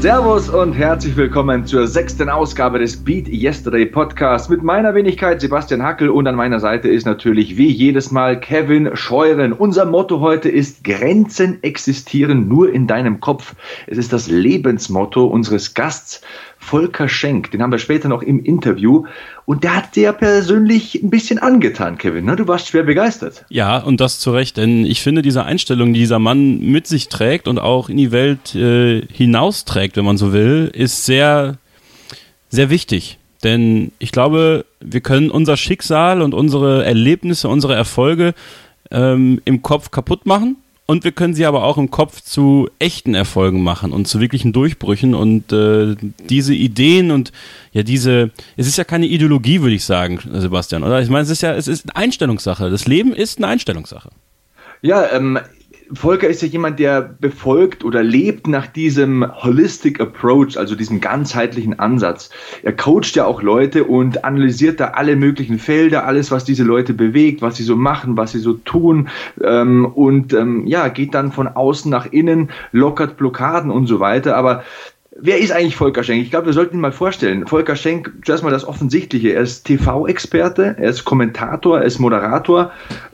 Servus und herzlich willkommen zur 6. Ausgabe des Beat Yesterday Podcasts mit meiner Wenigkeit Sebastian Hackel und an meiner Seite ist natürlich wie jedes Mal Kevin Scheuren. Unser Motto heute ist: Grenzen existieren nur in deinem Kopf. Es ist das Lebensmotto unseres Gasts Volker Schenk. Den haben wir später noch im Interview und der hat dir persönlich ein bisschen angetan, Kevin. Ne? Du warst schwer begeistert. Ja, und das zu Recht, denn ich finde, diese Einstellung, die dieser Mann mit sich trägt und auch in die Welt hinausträgt, wenn man so will, ist sehr, sehr wichtig. Denn ich glaube, wir können unser Schicksal und unsere Erlebnisse, unsere Erfolge im Kopf kaputt machen. Und wir können sie aber auch im Kopf zu echten Erfolgen machen und zu wirklichen Durchbrüchen und diese Ideen und ja es ist ja keine Ideologie, würde ich sagen, Sebastian, oder? Ich meine, es ist eine Einstellungssache. Das Leben ist eine Einstellungssache. Ja, Volker ist ja jemand, der befolgt oder lebt nach diesem Holistic Approach, also diesem ganzheitlichen Ansatz. Er coacht ja auch Leute und analysiert da alle möglichen Felder, alles, was diese Leute bewegt, was sie so machen, was sie so tun geht dann von außen nach innen, lockert Blockaden und so weiter. Aber wer ist eigentlich Volker Schenk? Ich glaube, wir sollten ihn mal vorstellen. Volker Schenk, zuerst mal das Offensichtliche. Er ist TV-Experte, er ist Kommentator, er ist Moderator,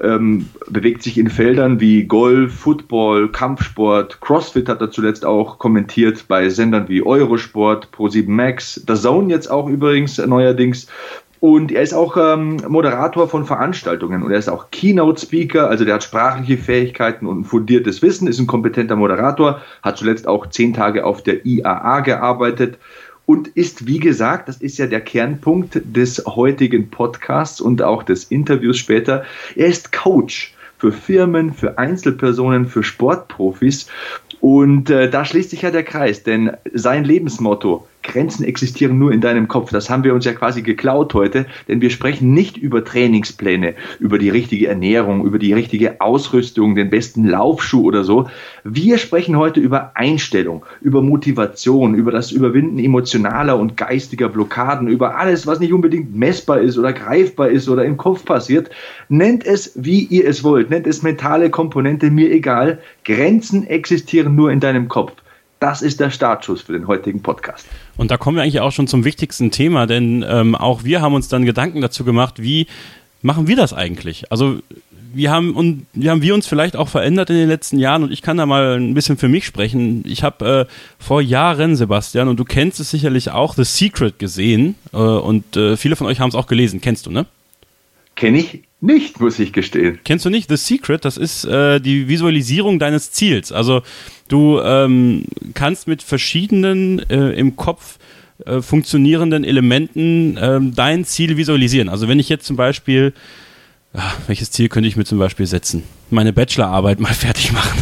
bewegt sich in Feldern wie Golf, Football, Kampfsport, Crossfit hat er zuletzt auch kommentiert bei Sendern wie Eurosport, Pro7 Max, DAZN jetzt auch übrigens neuerdings. Und er ist auch Moderator von Veranstaltungen und er ist auch Keynote-Speaker, also der hat sprachliche Fähigkeiten und ein fundiertes Wissen, ist ein kompetenter Moderator, hat zuletzt auch 10 Tage auf der IAA gearbeitet und ist, wie gesagt, das ist ja der Kernpunkt des heutigen Podcasts und auch des Interviews später, er ist Coach für Firmen, für Einzelpersonen, für Sportprofis. Und da schließt sich ja der Kreis, denn sein Lebensmotto, Grenzen existieren nur in deinem Kopf, das haben wir uns ja quasi geklaut heute, denn wir sprechen nicht über Trainingspläne, über die richtige Ernährung, über die richtige Ausrüstung, den besten Laufschuh oder so. Wir sprechen heute über Einstellung, über Motivation, über das Überwinden emotionaler und geistiger Blockaden, über alles, was nicht unbedingt messbar ist oder greifbar ist oder im Kopf passiert. Nennt es, wie ihr es wollt, nennt es mentale Komponente, mir egal. Grenzen existieren nur in deinem Kopf. Das ist der Startschuss für den heutigen Podcast. Und da kommen wir eigentlich auch schon zum wichtigsten Thema, denn auch wir haben uns dann Gedanken dazu gemacht, wie machen wir das eigentlich? Also wie haben wir uns vielleicht auch verändert in den letzten Jahren und ich kann da mal ein bisschen für mich sprechen. Ich habe vor Jahren, Sebastian, und du kennst es sicherlich auch, The Secret gesehen und viele von euch haben es auch gelesen. Kennst du, ne? Kenne ich nicht, muss ich gestehen. Kennst du nicht? The Secret, das ist die Visualisierung deines Ziels. Also du kannst mit verschiedenen im Kopf funktionierenden Elementen dein Ziel visualisieren. Also wenn ich jetzt zum Beispiel, welches Ziel könnte ich mir zum Beispiel setzen? Meine Bachelorarbeit mal fertig machen.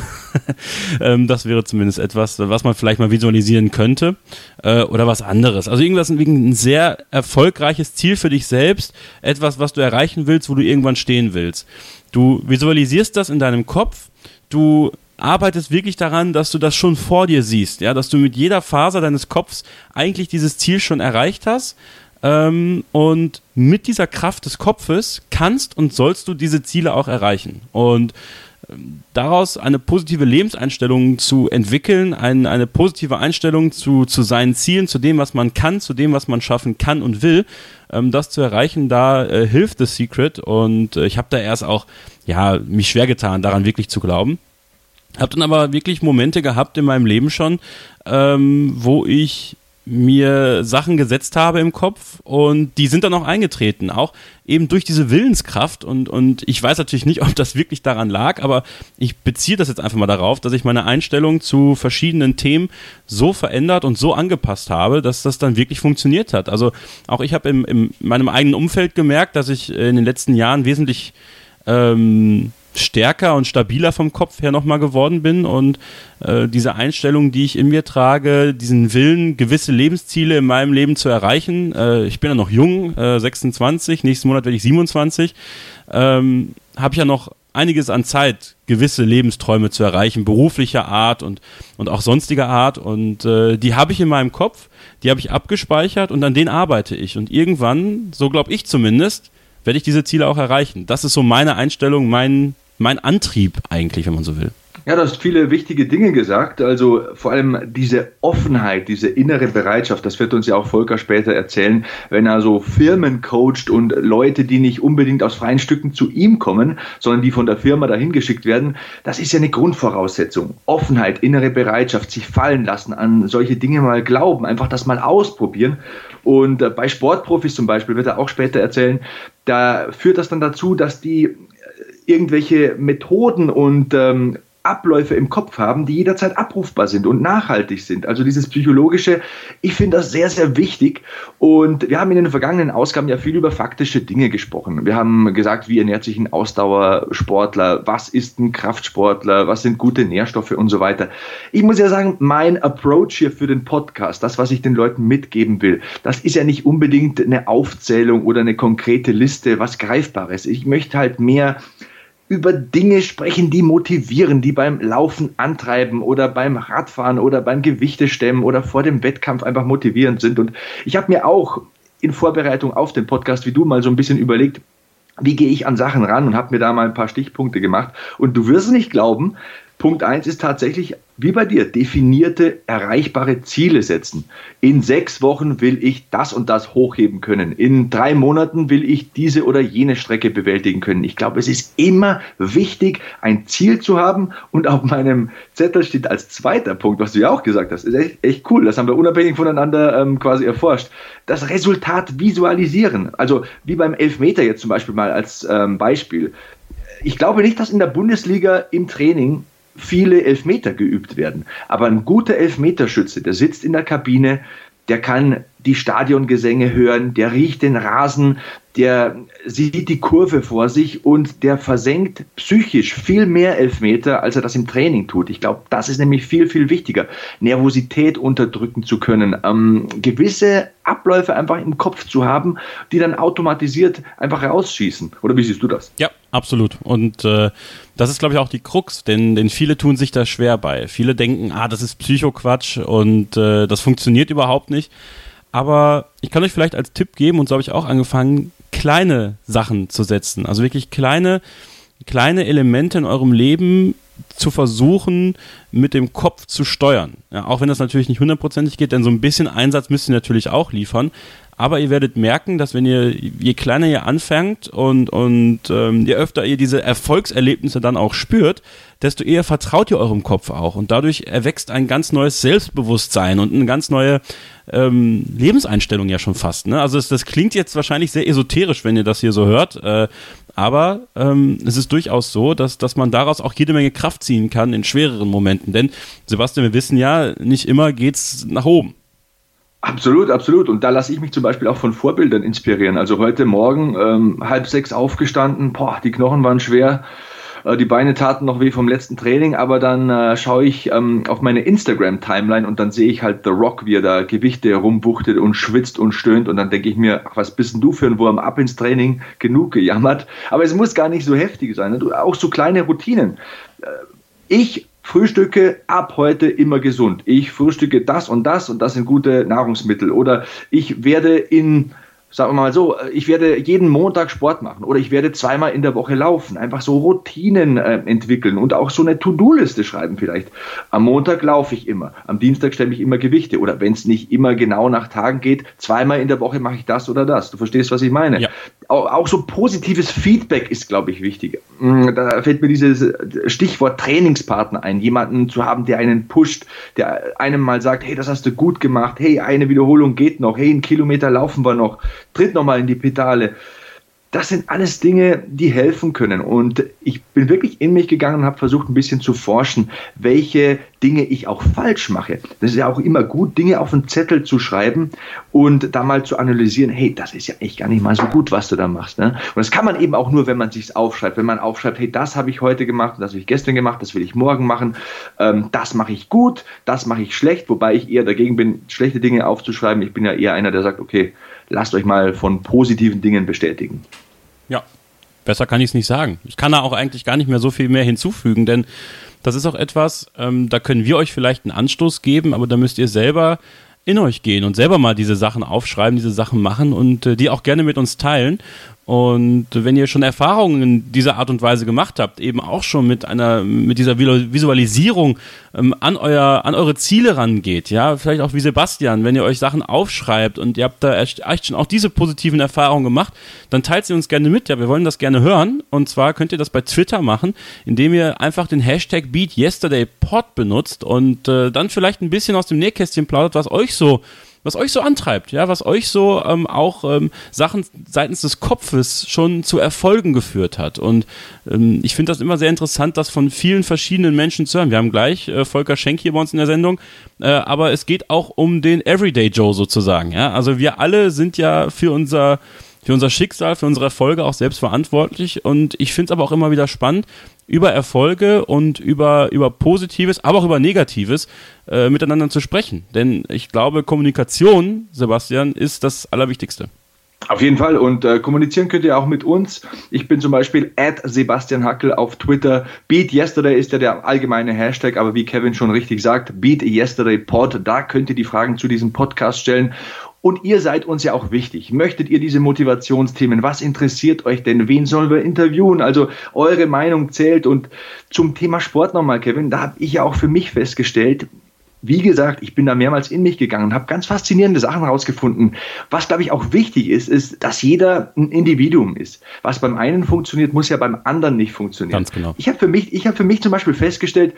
Das wäre zumindest etwas, was man vielleicht mal visualisieren könnte oder was anderes. Also irgendwas, ein sehr erfolgreiches Ziel für dich selbst, etwas, was du erreichen willst, wo du irgendwann stehen willst. Du visualisierst das in deinem Kopf, du arbeitest wirklich daran, dass du das schon vor dir siehst, ja, dass du mit jeder Faser deines Kopfs eigentlich dieses Ziel schon erreicht hast. Und mit dieser Kraft des Kopfes kannst und sollst du diese Ziele auch erreichen. Und daraus eine positive Lebenseinstellung zu entwickeln, eine positive Einstellung zu seinen Zielen, zu dem, was man kann, zu dem, was man schaffen kann und will, das zu erreichen, da hilft The Secret. Und ich habe da erst auch mich schwer getan, daran wirklich zu glauben. Habe dann aber wirklich Momente gehabt in meinem Leben schon, wo ich mir Sachen gesetzt habe im Kopf und die sind dann auch eingetreten, auch eben durch diese Willenskraft und ich weiß natürlich nicht, ob das wirklich daran lag, aber ich beziehe das jetzt einfach mal darauf, dass ich meine Einstellung zu verschiedenen Themen so verändert und so angepasst habe, dass das dann wirklich funktioniert hat. Also auch ich habe in meinem eigenen Umfeld gemerkt, dass ich in den letzten Jahren wesentlich stärker und stabiler vom Kopf her nochmal geworden bin und diese Einstellung, die ich in mir trage, diesen Willen, gewisse Lebensziele in meinem Leben zu erreichen. Ich bin ja noch jung, 26, nächsten Monat werde ich 27, habe ich ja noch einiges an Zeit, gewisse Lebensträume zu erreichen, beruflicher Art und auch sonstiger Art und die habe ich in meinem Kopf, die habe ich abgespeichert und an denen arbeite ich und irgendwann, so glaube ich zumindest, werde ich diese Ziele auch erreichen. Das ist so meine Einstellung, mein Antrieb eigentlich, wenn man so will. Ja, du hast viele wichtige Dinge gesagt. Also vor allem diese Offenheit, diese innere Bereitschaft, das wird uns ja auch Volker später erzählen, wenn er so Firmen coacht und Leute, die nicht unbedingt aus freien Stücken zu ihm kommen, sondern die von der Firma dahin geschickt werden. Das ist ja eine Grundvoraussetzung. Offenheit, innere Bereitschaft, sich fallen lassen, an solche Dinge mal glauben, einfach das mal ausprobieren. Und bei Sportprofis zum Beispiel, wird er auch später erzählen, da führt das dann dazu, dass die irgendwelche Methoden und Abläufe im Kopf haben, die jederzeit abrufbar sind und nachhaltig sind. Also dieses Psychologische, ich finde das sehr, sehr wichtig. Und wir haben in den vergangenen Ausgaben ja viel über faktische Dinge gesprochen. Wir haben gesagt, wie ernährt sich ein Ausdauersportler, was ist ein Kraftsportler, was sind gute Nährstoffe und so weiter. Ich muss ja sagen, mein Approach hier für den Podcast, das, was ich den Leuten mitgeben will, das ist ja nicht unbedingt eine Aufzählung oder eine konkrete Liste, was Greifbares. Ich möchte halt mehr über Dinge sprechen, die motivieren, die beim Laufen antreiben oder beim Radfahren oder beim Gewichtestemmen oder vor dem Wettkampf einfach motivierend sind. Und ich habe mir auch in Vorbereitung auf den Podcast, wie du, mal so ein bisschen überlegt, wie gehe ich an Sachen ran und habe mir da mal ein paar Stichpunkte gemacht. Und du wirst es nicht glauben, Punkt 1 ist tatsächlich, wie bei dir, definierte, erreichbare Ziele setzen. In 6 Wochen will ich das und das hochheben können. In 3 Monaten will ich diese oder jene Strecke bewältigen können. Ich glaube, es ist immer wichtig, ein Ziel zu haben. Und auf meinem Zettel steht als zweiter Punkt, was du ja auch gesagt hast, ist echt cool. Das haben wir unabhängig voneinander quasi erforscht. Das Resultat visualisieren. Also wie beim Elfmeter jetzt zum Beispiel mal als Beispiel. Ich glaube nicht, dass in der Bundesliga im Training viele Elfmeter geübt werden. Aber ein guter Elfmeterschütze, der sitzt in der Kabine, der kann die Stadiongesänge hören, der riecht den Rasen, der sieht die Kurve vor sich und der versenkt psychisch viel mehr Elfmeter, als er das im Training tut. Ich glaube, das ist nämlich viel, viel wichtiger. Nervosität unterdrücken zu können, gewisse Abläufe einfach im Kopf zu haben, die dann automatisiert einfach rausschießen. Oder wie siehst du das? Ja, absolut. Und das ist, glaube ich, auch die Krux, denn viele tun sich da schwer bei. Viele denken, das ist Psychoquatsch und das funktioniert überhaupt nicht. Aber ich kann euch vielleicht als Tipp geben, und so habe ich auch angefangen, kleine Sachen zu setzen. Also wirklich kleine Elemente in eurem Leben zu versuchen, mit dem Kopf zu steuern. Ja, auch wenn das natürlich nicht 100%ig geht, denn so ein bisschen Einsatz müsst ihr natürlich auch liefern. Aber ihr werdet merken, dass je kleiner ihr anfängt und je öfter ihr diese Erfolgserlebnisse dann auch spürt, desto eher vertraut ihr eurem Kopf auch. Und dadurch erwächst ein ganz neues Selbstbewusstsein und eine ganz neue Lebenseinstellung ja schon fast. Ne? Also das klingt jetzt wahrscheinlich sehr esoterisch, wenn ihr das hier so hört. Aber es ist durchaus so, dass man daraus auch jede Menge Kraft ziehen kann in schwereren Momenten. Denn, Sebastian, wir wissen ja, nicht immer geht's nach oben. Absolut, absolut. Und da lasse ich mich zum Beispiel auch von Vorbildern inspirieren. Also heute Morgen 5:30 aufgestanden, die Knochen waren schwer, die Beine taten noch weh vom letzten Training, aber dann schaue ich auf meine Instagram-Timeline und dann sehe ich halt The Rock, wie er da Gewichte rumwuchtet und schwitzt und stöhnt und dann denke ich mir, was bist denn du für ein Wurm, ab ins Training, genug gejammert. Aber es muss gar nicht so heftig sein, ne? Auch so kleine Routinen. Ich frühstücke ab heute immer gesund. Ich frühstücke das und das sind gute Nahrungsmittel. Oder ich werde sagen wir mal so, ich werde jeden Montag Sport machen oder ich werde 2-mal in der Woche laufen. Einfach so Routinen entwickeln und auch so eine To-Do-Liste schreiben vielleicht. Am Montag laufe ich immer, am Dienstag stelle ich immer Gewichte oder wenn es nicht immer genau nach Tagen geht, 2-mal in der Woche mache ich das oder das. Du verstehst, was ich meine? Ja. Auch so positives Feedback ist, glaube ich, wichtig. Da fällt mir dieses Stichwort Trainingspartner ein. Jemanden zu haben, der einen pusht, der einem mal sagt, hey, das hast du gut gemacht, hey, eine Wiederholung geht noch, hey, 1 Kilometer laufen wir noch, tritt nochmal in die Pedale. Das sind alles Dinge, die helfen können. Und ich bin wirklich in mich gegangen und habe versucht, ein bisschen zu forschen, welche Dinge ich auch falsch mache. Das ist ja auch immer gut, Dinge auf einen Zettel zu schreiben und da mal zu analysieren, hey, das ist ja echt gar nicht mal so gut, was du da machst. Ne? Und das kann man eben auch nur, wenn man sich's aufschreibt. Wenn man aufschreibt, hey, das habe ich heute gemacht, das habe ich gestern gemacht, das will ich morgen machen, das mache ich gut, das mache ich schlecht, wobei ich eher dagegen bin, schlechte Dinge aufzuschreiben. Ich bin ja eher einer, der sagt, okay, lasst euch mal von positiven Dingen bestätigen. Ja, besser kann ich es nicht sagen. Ich kann da auch eigentlich gar nicht mehr so viel mehr hinzufügen, denn das ist auch etwas, da können wir euch vielleicht einen Anstoß geben, aber da müsst ihr selber in euch gehen und selber mal diese Sachen aufschreiben, diese Sachen machen und die auch gerne mit uns teilen. Und wenn ihr schon Erfahrungen in dieser Art und Weise gemacht habt, eben auch schon mit dieser Visualisierung an eure Ziele rangeht, ja, vielleicht auch wie Sebastian, wenn ihr euch Sachen aufschreibt und ihr habt da echt schon auch diese positiven Erfahrungen gemacht, dann teilt sie uns gerne mit, ja, wir wollen das gerne hören, und zwar könnt ihr das bei Twitter machen, indem ihr einfach den Hashtag BeatYesterdayPod benutzt und dann vielleicht ein bisschen aus dem Nähkästchen plaudert, was euch so antreibt, ja, was euch so Sachen seitens des Kopfes schon zu Erfolgen geführt hat. Und ich finde das immer sehr interessant, das von vielen verschiedenen Menschen zu hören. Wir haben gleich Volker Schenk hier bei uns in der Sendung, aber es geht auch um den Everyday Joe sozusagen, ja. Also wir alle sind ja für unser Schicksal, für unsere Erfolge auch selbst verantwortlich, und ich finde es aber auch immer wieder spannend, über Erfolge und über Positives, aber auch über Negatives miteinander zu sprechen. Denn ich glaube, Kommunikation, Sebastian, ist das Allerwichtigste. Auf jeden Fall, und kommunizieren könnt ihr auch mit uns. Ich bin zum Beispiel @SebastianHackel auf Twitter. BeatYesterday ist ja der allgemeine Hashtag, aber wie Kevin schon richtig sagt, BeatYesterdayPod, da könnt ihr die Fragen zu diesem Podcast stellen. Und ihr seid uns ja auch wichtig. Möchtet ihr diese Motivationsthemen? Was interessiert euch denn? Wen sollen wir interviewen? Also eure Meinung zählt. Und zum Thema Sport nochmal, Kevin, da habe ich ja auch für mich festgestellt, wie gesagt, ich bin da mehrmals in mich gegangen und habe ganz faszinierende Sachen rausgefunden. Was, glaube ich, auch wichtig ist, dass jeder ein Individuum ist. Was beim einen funktioniert, muss ja beim anderen nicht funktionieren. Ganz genau. Ich habe für mich zum Beispiel festgestellt,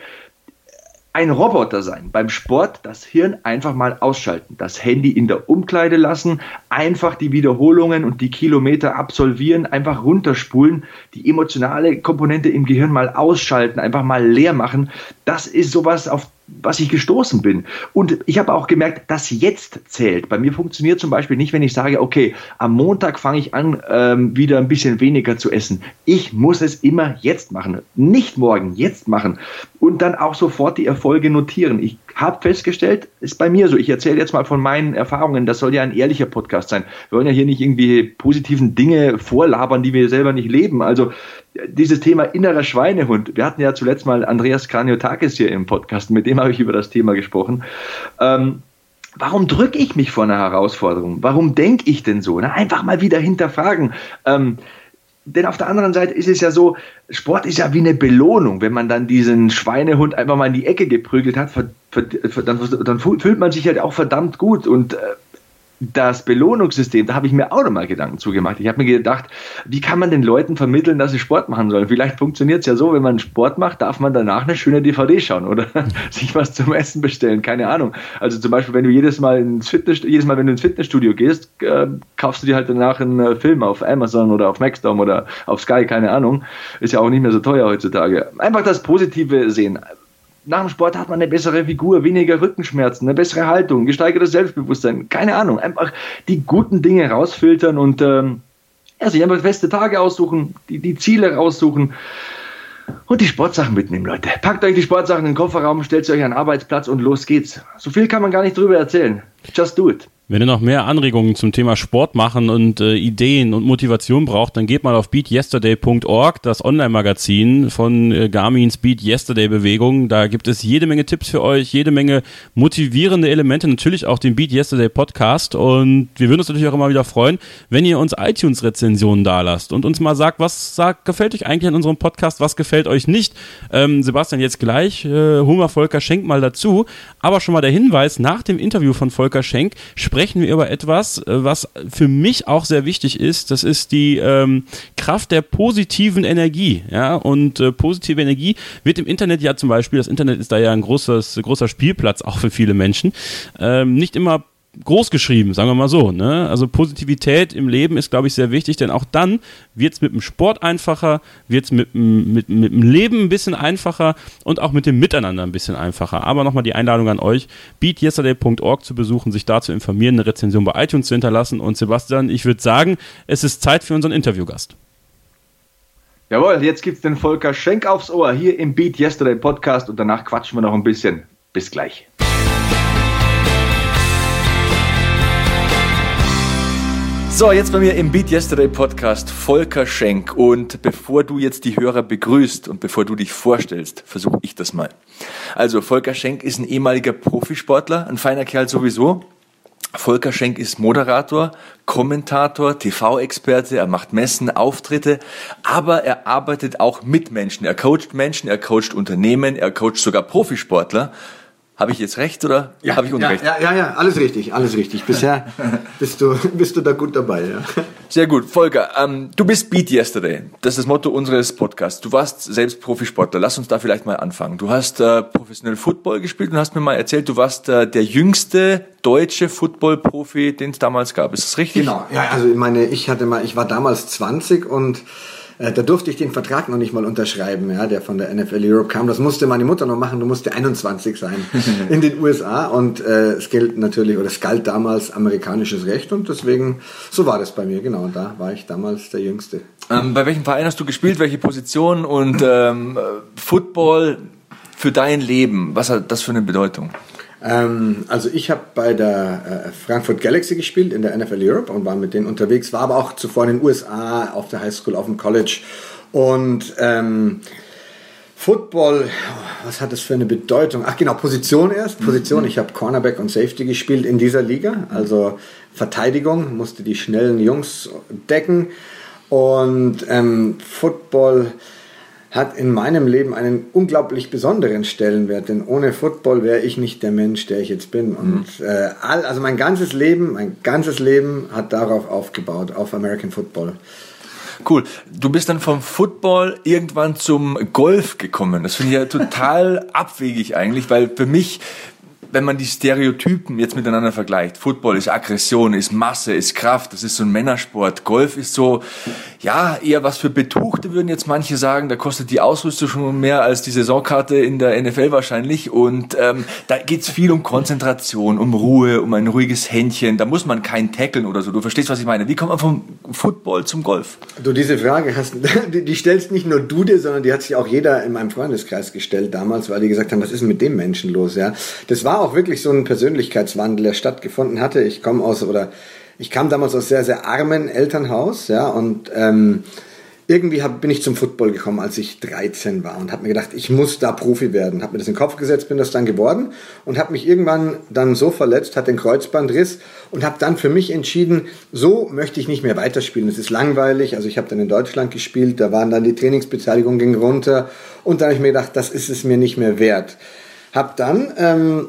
ein Roboter sein, beim Sport das Hirn einfach mal ausschalten, das Handy in der Umkleide lassen, einfach die Wiederholungen und die Kilometer absolvieren, einfach runterspulen, die emotionale Komponente im Gehirn mal ausschalten, einfach mal leer machen. Das ist sowas, auf was ich gestoßen bin. Und ich habe auch gemerkt, dass jetzt zählt. Bei mir funktioniert zum Beispiel nicht, wenn ich sage, okay, am Montag fange ich an, wieder ein bisschen weniger zu essen. Ich muss es immer jetzt machen. Nicht morgen, jetzt machen. Und dann auch sofort die Erfolge notieren. Ich habe festgestellt, ist bei mir so. Ich erzähle jetzt mal von meinen Erfahrungen. Das soll ja ein ehrlicher Podcast sein. Wir wollen ja hier nicht irgendwie positiven Dinge vorlabern, die wir selber nicht leben. Also dieses Thema innerer Schweinehund. Wir hatten ja zuletzt mal Andreas Kraniotakis hier im Podcast. Mit dem habe ich über das Thema gesprochen. Warum drücke ich mich vor einer Herausforderung? Warum denke ich denn so? Na, einfach mal wieder hinterfragen. Denn auf der anderen Seite ist es ja so, Sport ist ja wie eine Belohnung. Wenn man dann diesen Schweinehund einfach mal in die Ecke geprügelt hat, dann fühlt man sich halt auch verdammt gut. Und das Belohnungssystem, da habe ich mir auch nochmal Gedanken zugemacht. Ich habe mir gedacht, wie kann man den Leuten vermitteln, dass sie Sport machen sollen? Vielleicht funktioniert es ja so, wenn man Sport macht, darf man danach eine schöne DVD schauen oder sich was zum Essen bestellen, keine Ahnung. Also zum Beispiel, wenn du jedes Mal, wenn du ins Fitnessstudio gehst, kaufst du dir halt danach einen Film auf Amazon oder auf Maxdome oder auf Sky, keine Ahnung. Ist ja auch nicht mehr so teuer heutzutage. Einfach das Positive sehen. Nach dem Sport hat man eine bessere Figur, weniger Rückenschmerzen, eine bessere Haltung, gesteigertes Selbstbewusstsein, keine Ahnung. Einfach die guten Dinge rausfiltern und sich einfach feste Tage aussuchen, die Ziele raussuchen und die Sportsachen mitnehmen, Leute. Packt euch die Sportsachen in den Kofferraum, stellt sie euch an den Arbeitsplatz und los geht's. So viel kann man gar nicht drüber erzählen. Just do it. Wenn ihr noch mehr Anregungen zum Thema Sport machen und Ideen und Motivation braucht, dann geht mal auf beatyesterday.org, das Online-Magazin von Garmins Beat Yesterday Bewegung. Da gibt es jede Menge Tipps für euch, jede Menge motivierende Elemente, natürlich auch den Beat Yesterday Podcast. Und wir würden uns natürlich auch immer wieder freuen, wenn ihr uns iTunes-Rezensionen dalasst und uns mal sagt, gefällt euch eigentlich an unserem Podcast, was gefällt euch nicht. Sebastian, jetzt gleich holen wir Volker Schenk mal dazu. Aber schon mal der Hinweis, nach dem Interview von Volker Schenk sprechen wir über etwas, was für mich auch sehr wichtig ist. Das ist die Kraft der positiven Energie. Ja? Und positive Energie wird im Internet ja zum Beispiel, das Internet ist da ja ein großer Spielplatz auch für viele Menschen, nicht immer groß geschrieben, sagen wir mal so. Ne? Also Positivität im Leben ist, glaube ich, sehr wichtig, denn auch dann wird es mit dem Sport einfacher, wird es mit dem Leben ein bisschen einfacher und auch mit dem Miteinander ein bisschen einfacher. Aber nochmal die Einladung an euch, beatyesterday.org zu besuchen, sich da zu informieren, eine Rezension bei iTunes zu hinterlassen. Und Sebastian, ich würde sagen, es ist Zeit für unseren Interviewgast. Jawohl, jetzt gibt's den Volker Schenk aufs Ohr hier im Beat Yesterday Podcast und danach quatschen wir noch ein bisschen. Bis gleich. So, jetzt bei mir im Beat Yesterday Podcast Volker Schenk. Und bevor du jetzt die Hörer begrüßt und bevor du dich vorstellst, versuche ich das mal. Also Volker Schenk ist ein ehemaliger Profisportler, ein feiner Kerl sowieso. Volker Schenk ist Moderator, Kommentator, TV-Experte, er macht Messen, Auftritte, aber er arbeitet auch mit Menschen. Er coacht Unternehmen, er coacht sogar Profisportler. Habe ich jetzt recht oder habe ich Unrecht? Ja, alles richtig. Bisher bist du da gut dabei. Ja. Sehr gut. Volker, du bist Beat Yesterday. Das ist das Motto unseres Podcasts. Du warst selbst Profisportler. Lass uns da vielleicht mal anfangen. Du hast professionell Football gespielt und hast mir mal erzählt, du warst der jüngste deutsche Football-Profi, den es damals gab. Ist das richtig? Genau. Ja, also ich war damals 20 und da durfte ich den Vertrag noch nicht mal unterschreiben, ja, der von der NFL Europe kam. Das musste meine Mutter noch machen, du musste 21 sein in den USA und es galt damals amerikanisches Recht und deswegen, so war das bei mir, genau, und da war ich damals der Jüngste. Bei welchem Verein hast du gespielt, welche Position und Football für dein Leben, was hat das für eine Bedeutung? Also ich habe bei der Frankfurt Galaxy gespielt in der NFL Europe und war mit denen unterwegs, war aber auch zuvor in den USA auf der Highschool, auf dem College und Football, was hat das für eine Bedeutung? Ach genau, Position. Ich habe Cornerback und Safety gespielt in dieser Liga, also Verteidigung, musste die schnellen Jungs decken und Football hat in meinem Leben einen unglaublich besonderen Stellenwert, denn ohne Football wäre ich nicht der Mensch, der ich jetzt bin. Und also mein ganzes Leben hat darauf aufgebaut, auf American Football. Cool. Du bist dann vom Football irgendwann zum Golf gekommen. Das finde ich ja total abwegig eigentlich, weil für mich, wenn man die Stereotypen jetzt miteinander vergleicht, Football ist Aggression, ist Masse, ist Kraft, das ist so ein Männersport. Golf ist so, ja, eher was für Betuchte, würden jetzt manche sagen. Da kostet die Ausrüstung schon mehr als die Saisonkarte in der NFL wahrscheinlich. Und da geht's viel um Konzentration, um Ruhe, um ein ruhiges Händchen. Da muss man keinen tackeln oder so. Du verstehst, was ich meine. Wie kommt man vom Football zum Golf? Du, diese Frage die stellst nicht nur du dir, sondern die hat sich auch jeder in meinem Freundeskreis gestellt damals, weil die gesagt haben, was ist denn mit dem Menschen los? Ja, das war auch wirklich so ein Persönlichkeitswandel, der stattgefunden hatte. Ich kam damals aus sehr, sehr armen Elternhaus, ja, und irgendwie bin ich zum Football gekommen, als ich 13 war und habe mir gedacht, ich muss da Profi werden. Habe mir das in den Kopf gesetzt, bin das dann geworden und habe mich irgendwann dann so verletzt, hatte den Kreuzbandriss und habe dann für mich entschieden, so möchte ich nicht mehr weiterspielen. Es ist langweilig, also ich habe dann in Deutschland gespielt, da waren dann die Trainingsbeteiligung ging runter und da habe ich mir gedacht, das ist es mir nicht mehr wert. Habe dann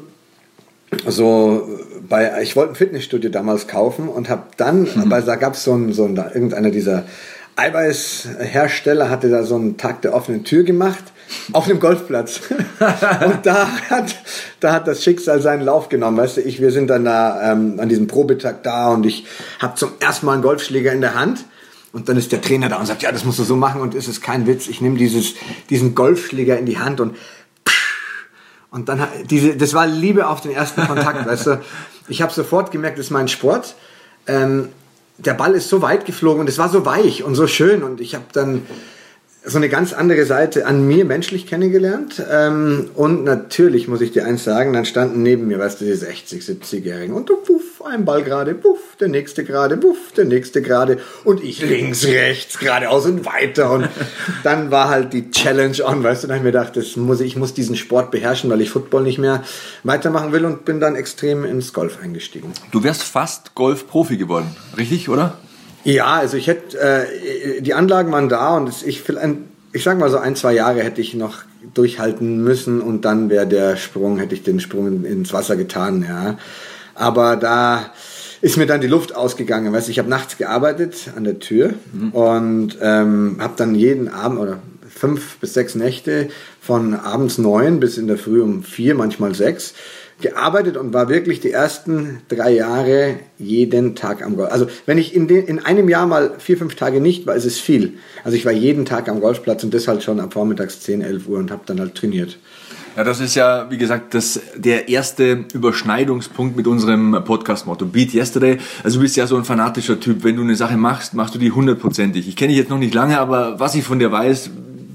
ich wollte ein Fitnessstudio damals kaufen und habe dann, weil da gab es irgendeiner dieser Eiweißhersteller hatte da so einen Tag der offenen Tür gemacht auf einem Golfplatz und da hat das Schicksal seinen Lauf genommen, weißt du, wir sind dann da an diesem Probetag da und ich habe zum ersten Mal einen Golfschläger in der Hand. Und dann ist der Trainer da und sagt, ja, das musst du so machen und es ist kein Witz, ich nehme diesen Golfschläger in die Hand und dann das war Liebe auf den ersten Kontakt, weißt du. Ich habe sofort gemerkt, das ist mein Sport. Der Ball ist so weit geflogen und es war so weich und so schön und ich habe dann so eine ganz andere Seite an mir menschlich kennengelernt und natürlich muss ich dir eins sagen, dann standen neben mir, weißt du, die 60-, 70-Jährigen und puff, ein Ball gerade, puff, der nächste gerade, puff, der nächste gerade und ich links, rechts, geradeaus und weiter und dann war halt die Challenge on, weißt du, dann habe ich mir gedacht, ich muss diesen Sport beherrschen, weil ich Football nicht mehr weitermachen will und bin dann extrem ins Golf eingestiegen. Du wärst fast Golf-Profi geworden, richtig, oder? Ja, also ich hätte, die Anlagen waren da und ich sag mal so 1-2 Jahre hätte ich noch durchhalten müssen und dann hätte ich den Sprung ins Wasser getan, ja. Aber da ist mir dann die Luft ausgegangen, weißt du, ich habe nachts gearbeitet an der Tür und habe dann jeden Abend oder 5 bis 6 Nächte von abends 9 bis in der Früh um 4, manchmal 6 gearbeitet und war wirklich die ersten 3 Jahre jeden Tag am Golf. Also wenn ich in einem Jahr mal 4-5 Tage nicht war, ist es viel. Also ich war jeden Tag am Golfplatz und das halt schon ab vormittags 10-11 Uhr und habe dann halt trainiert. Ja, das ist ja, wie gesagt, der erste Überschneidungspunkt mit unserem Podcast-Motto, Beat Yesterday. Also du bist ja so ein fanatischer Typ. Wenn du eine Sache machst, machst du die 100%ig. Ich kenne dich jetzt noch nicht lange, aber was ich von dir weiß,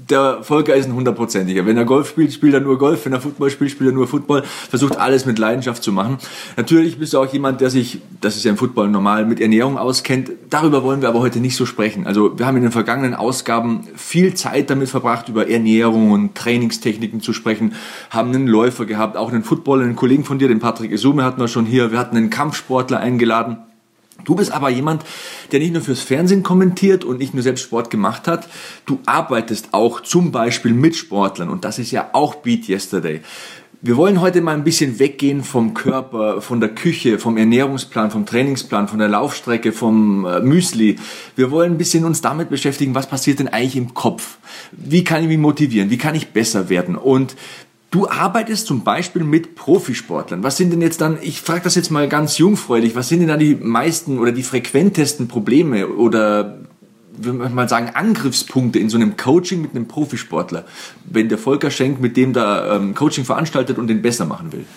der Volker ist ein 100%iger. Wenn er Golf spielt, spielt er nur Golf. Wenn er Football spielt, spielt er nur Football. Versucht alles mit Leidenschaft zu machen. Natürlich bist du auch jemand, der sich, das ist ja im Football normal, mit Ernährung auskennt. Darüber wollen wir aber heute nicht so sprechen. Also wir haben in den vergangenen Ausgaben viel Zeit damit verbracht, über Ernährung und Trainingstechniken zu sprechen. Haben einen Läufer gehabt, auch einen Footballer, einen Kollegen von dir, den Patrick Esume hatten wir schon hier. Wir hatten einen Kampfsportler eingeladen. Du bist aber jemand, der nicht nur fürs Fernsehen kommentiert und nicht nur selbst Sport gemacht hat. Du arbeitest auch zum Beispiel mit Sportlern und das ist ja auch Beat Yesterday. Wir wollen heute mal ein bisschen weggehen vom Körper, von der Küche, vom Ernährungsplan, vom Trainingsplan, von der Laufstrecke, vom Müsli. Wir wollen ein bisschen uns damit beschäftigen, was passiert denn eigentlich im Kopf? Wie kann ich mich motivieren? Wie kann ich besser werden? Und du arbeitest zum Beispiel mit Profisportlern. Was sind denn jetzt dann, ich frage das jetzt mal ganz jungfräulich, was sind denn da die meisten oder die frequentesten Probleme oder, würde man mal sagen, Angriffspunkte in so einem Coaching mit einem Profisportler, wenn der Volker Schenk mit dem da Coaching veranstaltet und den besser machen will?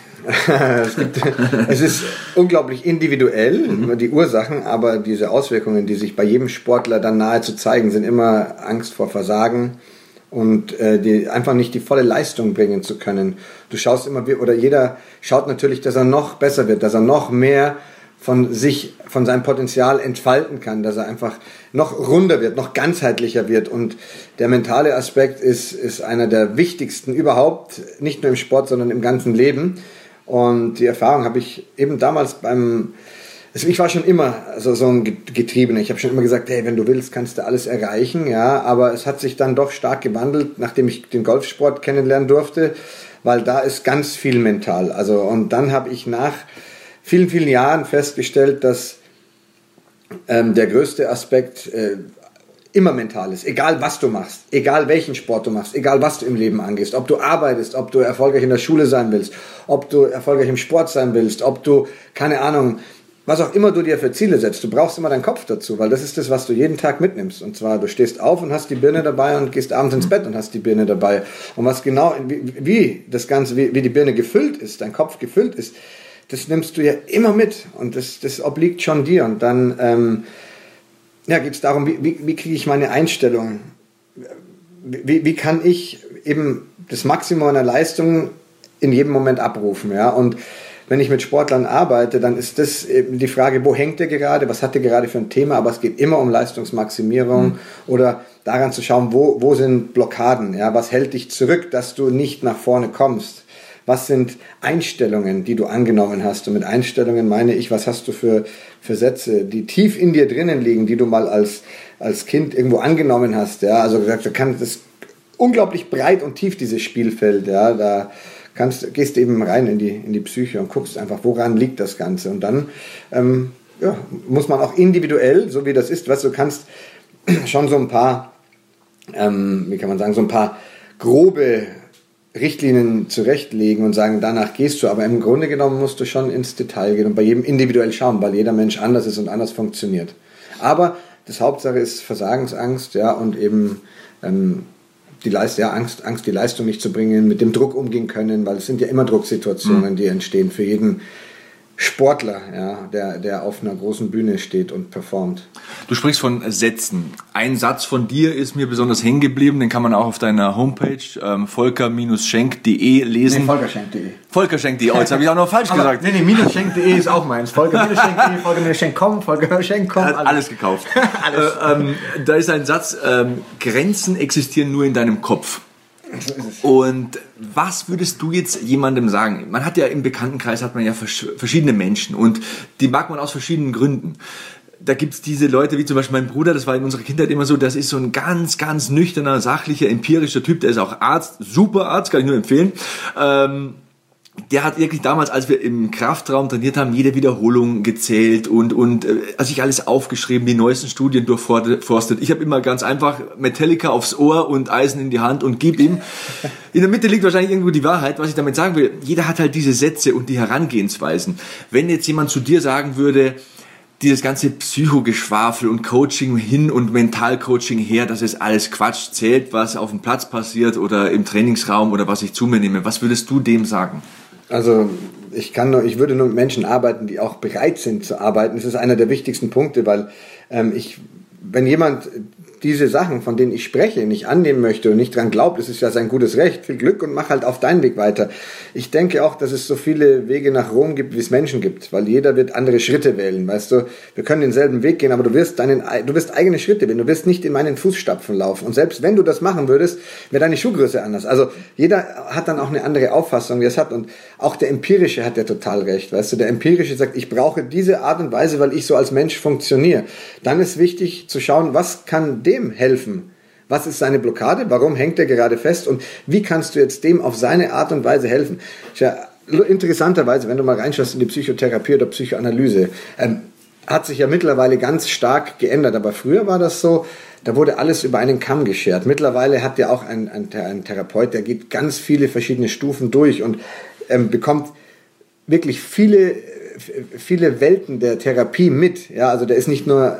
Es ist unglaublich individuell, die Ursachen, aber diese Auswirkungen, die sich bei jedem Sportler dann nahezu zeigen, sind immer Angst vor Versagen, und die einfach nicht die volle Leistung bringen zu können. Du schaust immer, oder jeder schaut natürlich, dass er noch besser wird, dass er noch mehr von seinem Potenzial entfalten kann, dass er einfach noch runder wird, noch ganzheitlicher wird. Und der mentale Aspekt ist einer der wichtigsten überhaupt, nicht nur im Sport, sondern im ganzen Leben. Und die Erfahrung habe ich eben damals ich war schon immer so ein Getriebener. Ich habe schon immer gesagt, hey, wenn du willst, kannst du alles erreichen. Ja, aber es hat sich dann doch stark gewandelt, nachdem ich den Golfsport kennenlernen durfte, weil da ist ganz viel mental. Also, und dann habe ich nach vielen, vielen Jahren festgestellt, dass der größte Aspekt immer mental ist. Egal, was du machst, egal welchen Sport du machst, egal, was du im Leben angehst, ob du arbeitest, ob du erfolgreich in der Schule sein willst, ob du erfolgreich im Sport sein willst, ob du, keine Ahnung, was auch immer du dir für Ziele setzt, du brauchst immer deinen Kopf dazu, weil das ist das, was du jeden Tag mitnimmst. Und zwar, du stehst auf und hast die Birne dabei und gehst abends ins Bett und hast die Birne dabei. Und was genau, wie das Ganze, wie die Birne gefüllt ist, dein Kopf gefüllt ist, das nimmst du ja immer mit. Und das obliegt schon dir. Und dann geht es darum, wie kriege ich meine Einstellung? Wie kann ich eben das Maximum einer Leistung in jedem Moment abrufen? Ja? Und wenn ich mit Sportlern arbeite, dann ist das eben die Frage, wo hängt der gerade, was hat der gerade für ein Thema, aber es geht immer um Leistungsmaximierung oder daran zu schauen, wo sind Blockaden, ja, was hält dich zurück, dass du nicht nach vorne kommst, was sind Einstellungen, die du angenommen hast, und mit Einstellungen meine ich, was hast du für Sätze, die tief in dir drinnen liegen, die du mal als Kind irgendwo angenommen hast, ja, also gesagt, das ist unglaublich breit und tief, dieses Spielfeld, ja, da gehst du eben rein in die Psyche und guckst einfach, woran liegt das Ganze. Und dann muss man auch individuell, so wie das ist, du kannst schon so ein paar, so ein paar grobe Richtlinien zurechtlegen und sagen, danach gehst du. Aber im Grunde genommen musst du schon ins Detail gehen und bei jedem individuell schauen, weil jeder Mensch anders ist und anders funktioniert. Aber das Hauptsache ist Versagensangst, ja, und eben Angst, die Leistung nicht zu bringen, mit dem Druck umgehen können, weil es sind ja immer Drucksituationen, die entstehen für jeden Sportler, ja, der auf einer großen Bühne steht und performt. Du sprichst von Sätzen. Ein Satz von dir ist mir besonders hängen geblieben, den kann man auch auf deiner Homepage volker-schenk.de lesen. Nee, volkerschenk.de. Volkerschenk.de, jetzt habe ich auch noch falsch gesagt. -schenk.de ist auch meins. Volker-schenk.de, Volker-schenk.com, Volker-schenk.com. Alles gekauft. Alles. Da ist ein Satz, Grenzen existieren nur in deinem Kopf. Und was würdest du jetzt jemandem sagen? Man hat ja im Bekanntenkreis verschiedene Menschen und die mag man aus verschiedenen Gründen. Da gibt es diese Leute, wie zum Beispiel mein Bruder, das war in unserer Kindheit immer so, das ist so ein ganz, ganz nüchterner, sachlicher, empirischer Typ, der ist auch Arzt, super Arzt, kann ich nur empfehlen. Der hat wirklich damals, als wir im Kraftraum trainiert haben, jede Wiederholung gezählt und sich alles aufgeschrieben, die neuesten Studien durchforstet. Ich habe immer ganz einfach Metallica aufs Ohr und Eisen in die Hand und gib ihm. In der Mitte liegt wahrscheinlich irgendwo die Wahrheit. Was ich damit sagen will, jeder hat halt diese Sätze und die Herangehensweisen. Wenn jetzt jemand zu dir sagen würde, dieses ganze Psychogeschwafel und Coaching hin und Mentalcoaching her, das ist alles Quatsch, zählt, was auf dem Platz passiert oder im Trainingsraum oder was ich zu mir nehme. Was würdest du dem sagen? Also ich würde nur mit Menschen arbeiten, die auch bereit sind zu arbeiten. Das ist einer der wichtigsten Punkte, weil wenn jemand diese Sachen, von denen ich spreche, nicht annehmen möchte und nicht dran glaubt, es ist ja sein gutes Recht, viel Glück und mach halt auf deinen Weg weiter. Ich denke auch, dass es so viele Wege nach Rom gibt, wie es Menschen gibt, weil jeder wird andere Schritte wählen, weißt du. Wir können denselben Weg gehen, aber du wirst eigene Schritte wählen, du wirst nicht in meinen Fußstapfen laufen. Und selbst wenn du das machen würdest, wäre deine Schuhgröße anders. Also jeder hat dann auch eine andere Auffassung, wie er es hat. Und auch der Empirische hat ja total recht, weißt du. Der Empirische sagt, ich brauche diese Art und Weise, weil ich so als Mensch funktioniere. Dann ist wichtig zu schauen, was kann dem helfen? Was ist seine Blockade? Warum hängt er gerade fest? Und wie kannst du jetzt dem auf seine Art und Weise helfen? Ja, interessanterweise, wenn du mal reinschaust in die Psychotherapie oder Psychoanalyse, hat sich ja mittlerweile ganz stark geändert. Aber früher war das so, da wurde alles über einen Kamm geschert. Mittlerweile hat ja auch ein Therapeut, der geht ganz viele verschiedene Stufen durch und bekommt wirklich viele Welten der Therapie mit. Ja, also der ist nicht nur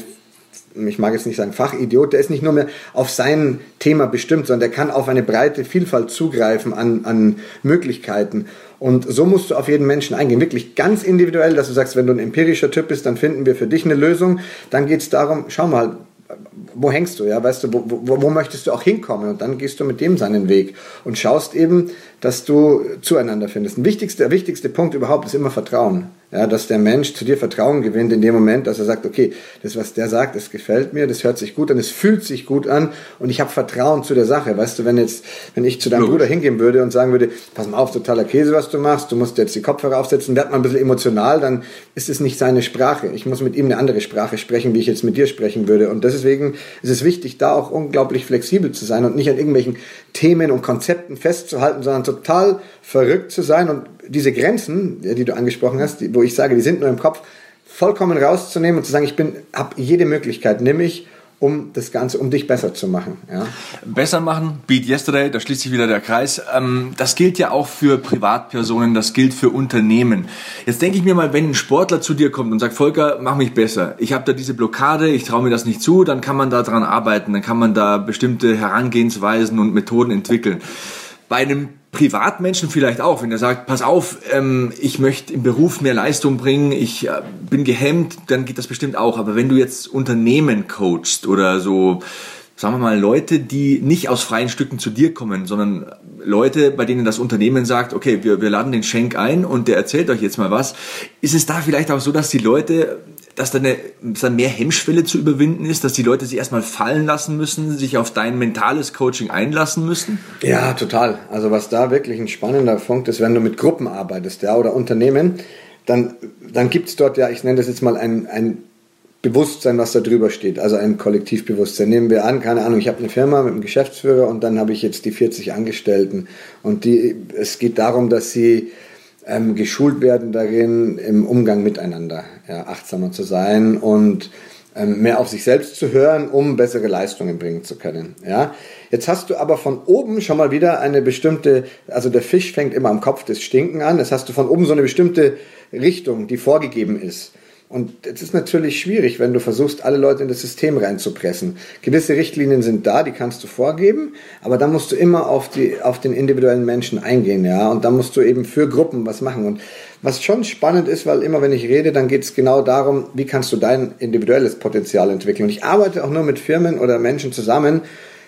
ich mag jetzt nicht sagen Fachidiot, der ist nicht nur mehr auf sein Thema bestimmt, sondern der kann auf eine breite Vielfalt zugreifen an Möglichkeiten. Und so musst du auf jeden Menschen eingehen. Wirklich ganz individuell, dass du sagst, wenn du ein empirischer Typ bist, dann finden wir für dich eine Lösung. Dann geht es darum, schau mal, wo hängst du, ja, weißt du, wo möchtest du auch hinkommen? Und dann gehst du mit dem seinen Weg und schaust eben, dass du zueinander findest. Der wichtigste Punkt überhaupt ist immer Vertrauen. Ja, dass der Mensch zu dir Vertrauen gewinnt in dem Moment, dass er sagt, okay, das, was der sagt, das gefällt mir, das hört sich gut an, es fühlt sich gut an und ich habe Vertrauen zu der Sache. Weißt du, wenn ich zu deinem Bruder hingehen würde und sagen würde, pass mal auf, totaler Käse, was du machst, du musst jetzt die Kopfhörer aufsetzen, wird man ein bisschen emotional, dann ist es nicht seine Sprache. Ich muss mit ihm eine andere Sprache sprechen, wie ich jetzt mit dir sprechen würde. Und deswegen ist es wichtig, da auch unglaublich flexibel zu sein und nicht an irgendwelchen Themen und Konzepten festzuhalten, sondern total verrückt zu sein und diese Grenzen, die du angesprochen hast, wo ich sage, die sind nur im Kopf, vollkommen rauszunehmen und zu sagen, habe jede Möglichkeit, nimm ich, um das Ganze, um dich besser zu machen. Ja. Besser machen, Beat Yesterday, da schließt sich wieder der Kreis. Das gilt ja auch für Privatpersonen, das gilt für Unternehmen. Jetzt denke ich mir mal, wenn ein Sportler zu dir kommt und sagt, Volker, mach mich besser, ich habe da diese Blockade, ich traue mir das nicht zu, dann kann man da dran arbeiten, dann kann man da bestimmte Herangehensweisen und Methoden entwickeln. Bei einem Privatmenschen vielleicht auch, wenn er sagt, pass auf, ich möchte im Beruf mehr Leistung bringen, ich bin gehemmt, dann geht das bestimmt auch. Aber wenn du jetzt Unternehmen coachst oder so, sagen wir mal, Leute, die nicht aus freien Stücken zu dir kommen, sondern Leute, bei denen das Unternehmen sagt, okay, wir laden den Schenk ein und der erzählt euch jetzt mal was, ist es da vielleicht auch so, dass die Leute, dass da mehr Hemmschwelle zu überwinden ist, dass die Leute sich erstmal fallen lassen müssen, sich auf dein mentales Coaching einlassen müssen? Ja, total. Also was da wirklich ein spannender Punkt ist, wenn du mit Gruppen arbeitest, ja, oder Unternehmen, dann gibt's dort ja, ich nenne das jetzt mal ein Bewusstsein, was da drüber steht, also ein Kollektivbewusstsein. Nehmen wir an, keine Ahnung, ich habe eine Firma mit einem Geschäftsführer und dann habe ich jetzt die 40 Angestellten und es geht darum, dass sie geschult werden darin, im Umgang miteinander, ja, achtsamer zu sein und mehr auf sich selbst zu hören, um bessere Leistungen bringen zu können. Ja. Jetzt hast du aber von oben schon mal wieder eine bestimmte, also der Fisch fängt immer am Kopf des Stinken an, jetzt hast du von oben so eine bestimmte Richtung, die vorgegeben ist. Und es ist natürlich schwierig, wenn du versuchst, alle Leute in das System reinzupressen. Gewisse Richtlinien sind da, die kannst du vorgeben, aber dann musst du immer auf den individuellen Menschen eingehen, ja. Und dann musst du eben für Gruppen was machen. Und was schon spannend ist, weil immer wenn ich rede, dann geht es genau darum, wie kannst du dein individuelles Potenzial entwickeln. Und ich arbeite auch nur mit Firmen oder Menschen zusammen,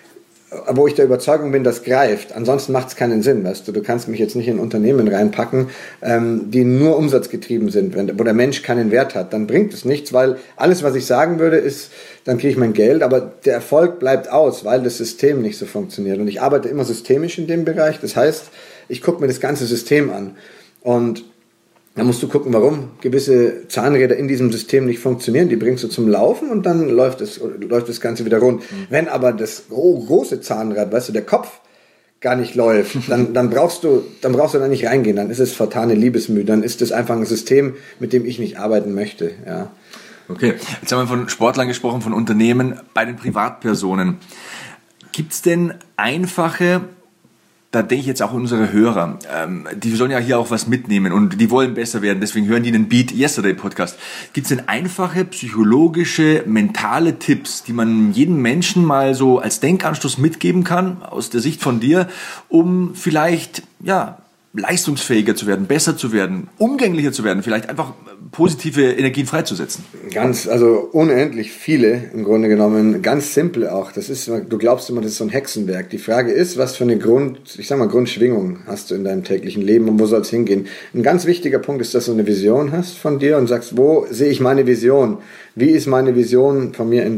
wo ich der Überzeugung bin, das greift. Ansonsten macht es keinen Sinn, weißt du. Du kannst mich jetzt nicht in Unternehmen reinpacken, die nur umsatzgetrieben sind, wo der Mensch keinen Wert hat. Dann bringt es nichts, weil alles, was ich sagen würde, ist, dann kriege ich mein Geld, aber der Erfolg bleibt aus, weil das System nicht so funktioniert. Und ich arbeite immer systemisch in dem Bereich. Das heißt, ich gucke mir das ganze System an. Und da musst du gucken, warum gewisse Zahnräder in diesem System nicht funktionieren. Die bringst du zum Laufen und dann läuft das Ganze wieder rund. Wenn aber das große Zahnrad, weißt du, der Kopf gar nicht läuft, dann brauchst du da nicht reingehen. Dann ist es vertane Liebesmüh. Dann ist es einfach ein System, mit dem ich nicht arbeiten möchte. Ja. Okay, jetzt haben wir von Sportlern gesprochen, von Unternehmen. Bei den Privatpersonen. Gibt's denn einfache, da denke ich jetzt auch an unsere Hörer, die sollen ja hier auch was mitnehmen und die wollen besser werden, deswegen hören die den Beat Yesterday Podcast. Gibt es denn einfache, psychologische, mentale Tipps, die man jedem Menschen mal so als Denkanstoß mitgeben kann, aus der Sicht von dir, um vielleicht, ja, leistungsfähiger zu werden, besser zu werden, umgänglicher zu werden, vielleicht einfach positive Energien freizusetzen? Also unendlich viele im Grunde genommen, ganz simpel auch. Du glaubst immer, das ist so ein Hexenwerk. Die Frage ist, was für eine Grundschwingung hast du in deinem täglichen Leben und wo soll es hingehen? Ein ganz wichtiger Punkt ist, dass du eine Vision hast von dir und sagst, wo sehe ich meine Vision? Wie ist meine Vision von mir in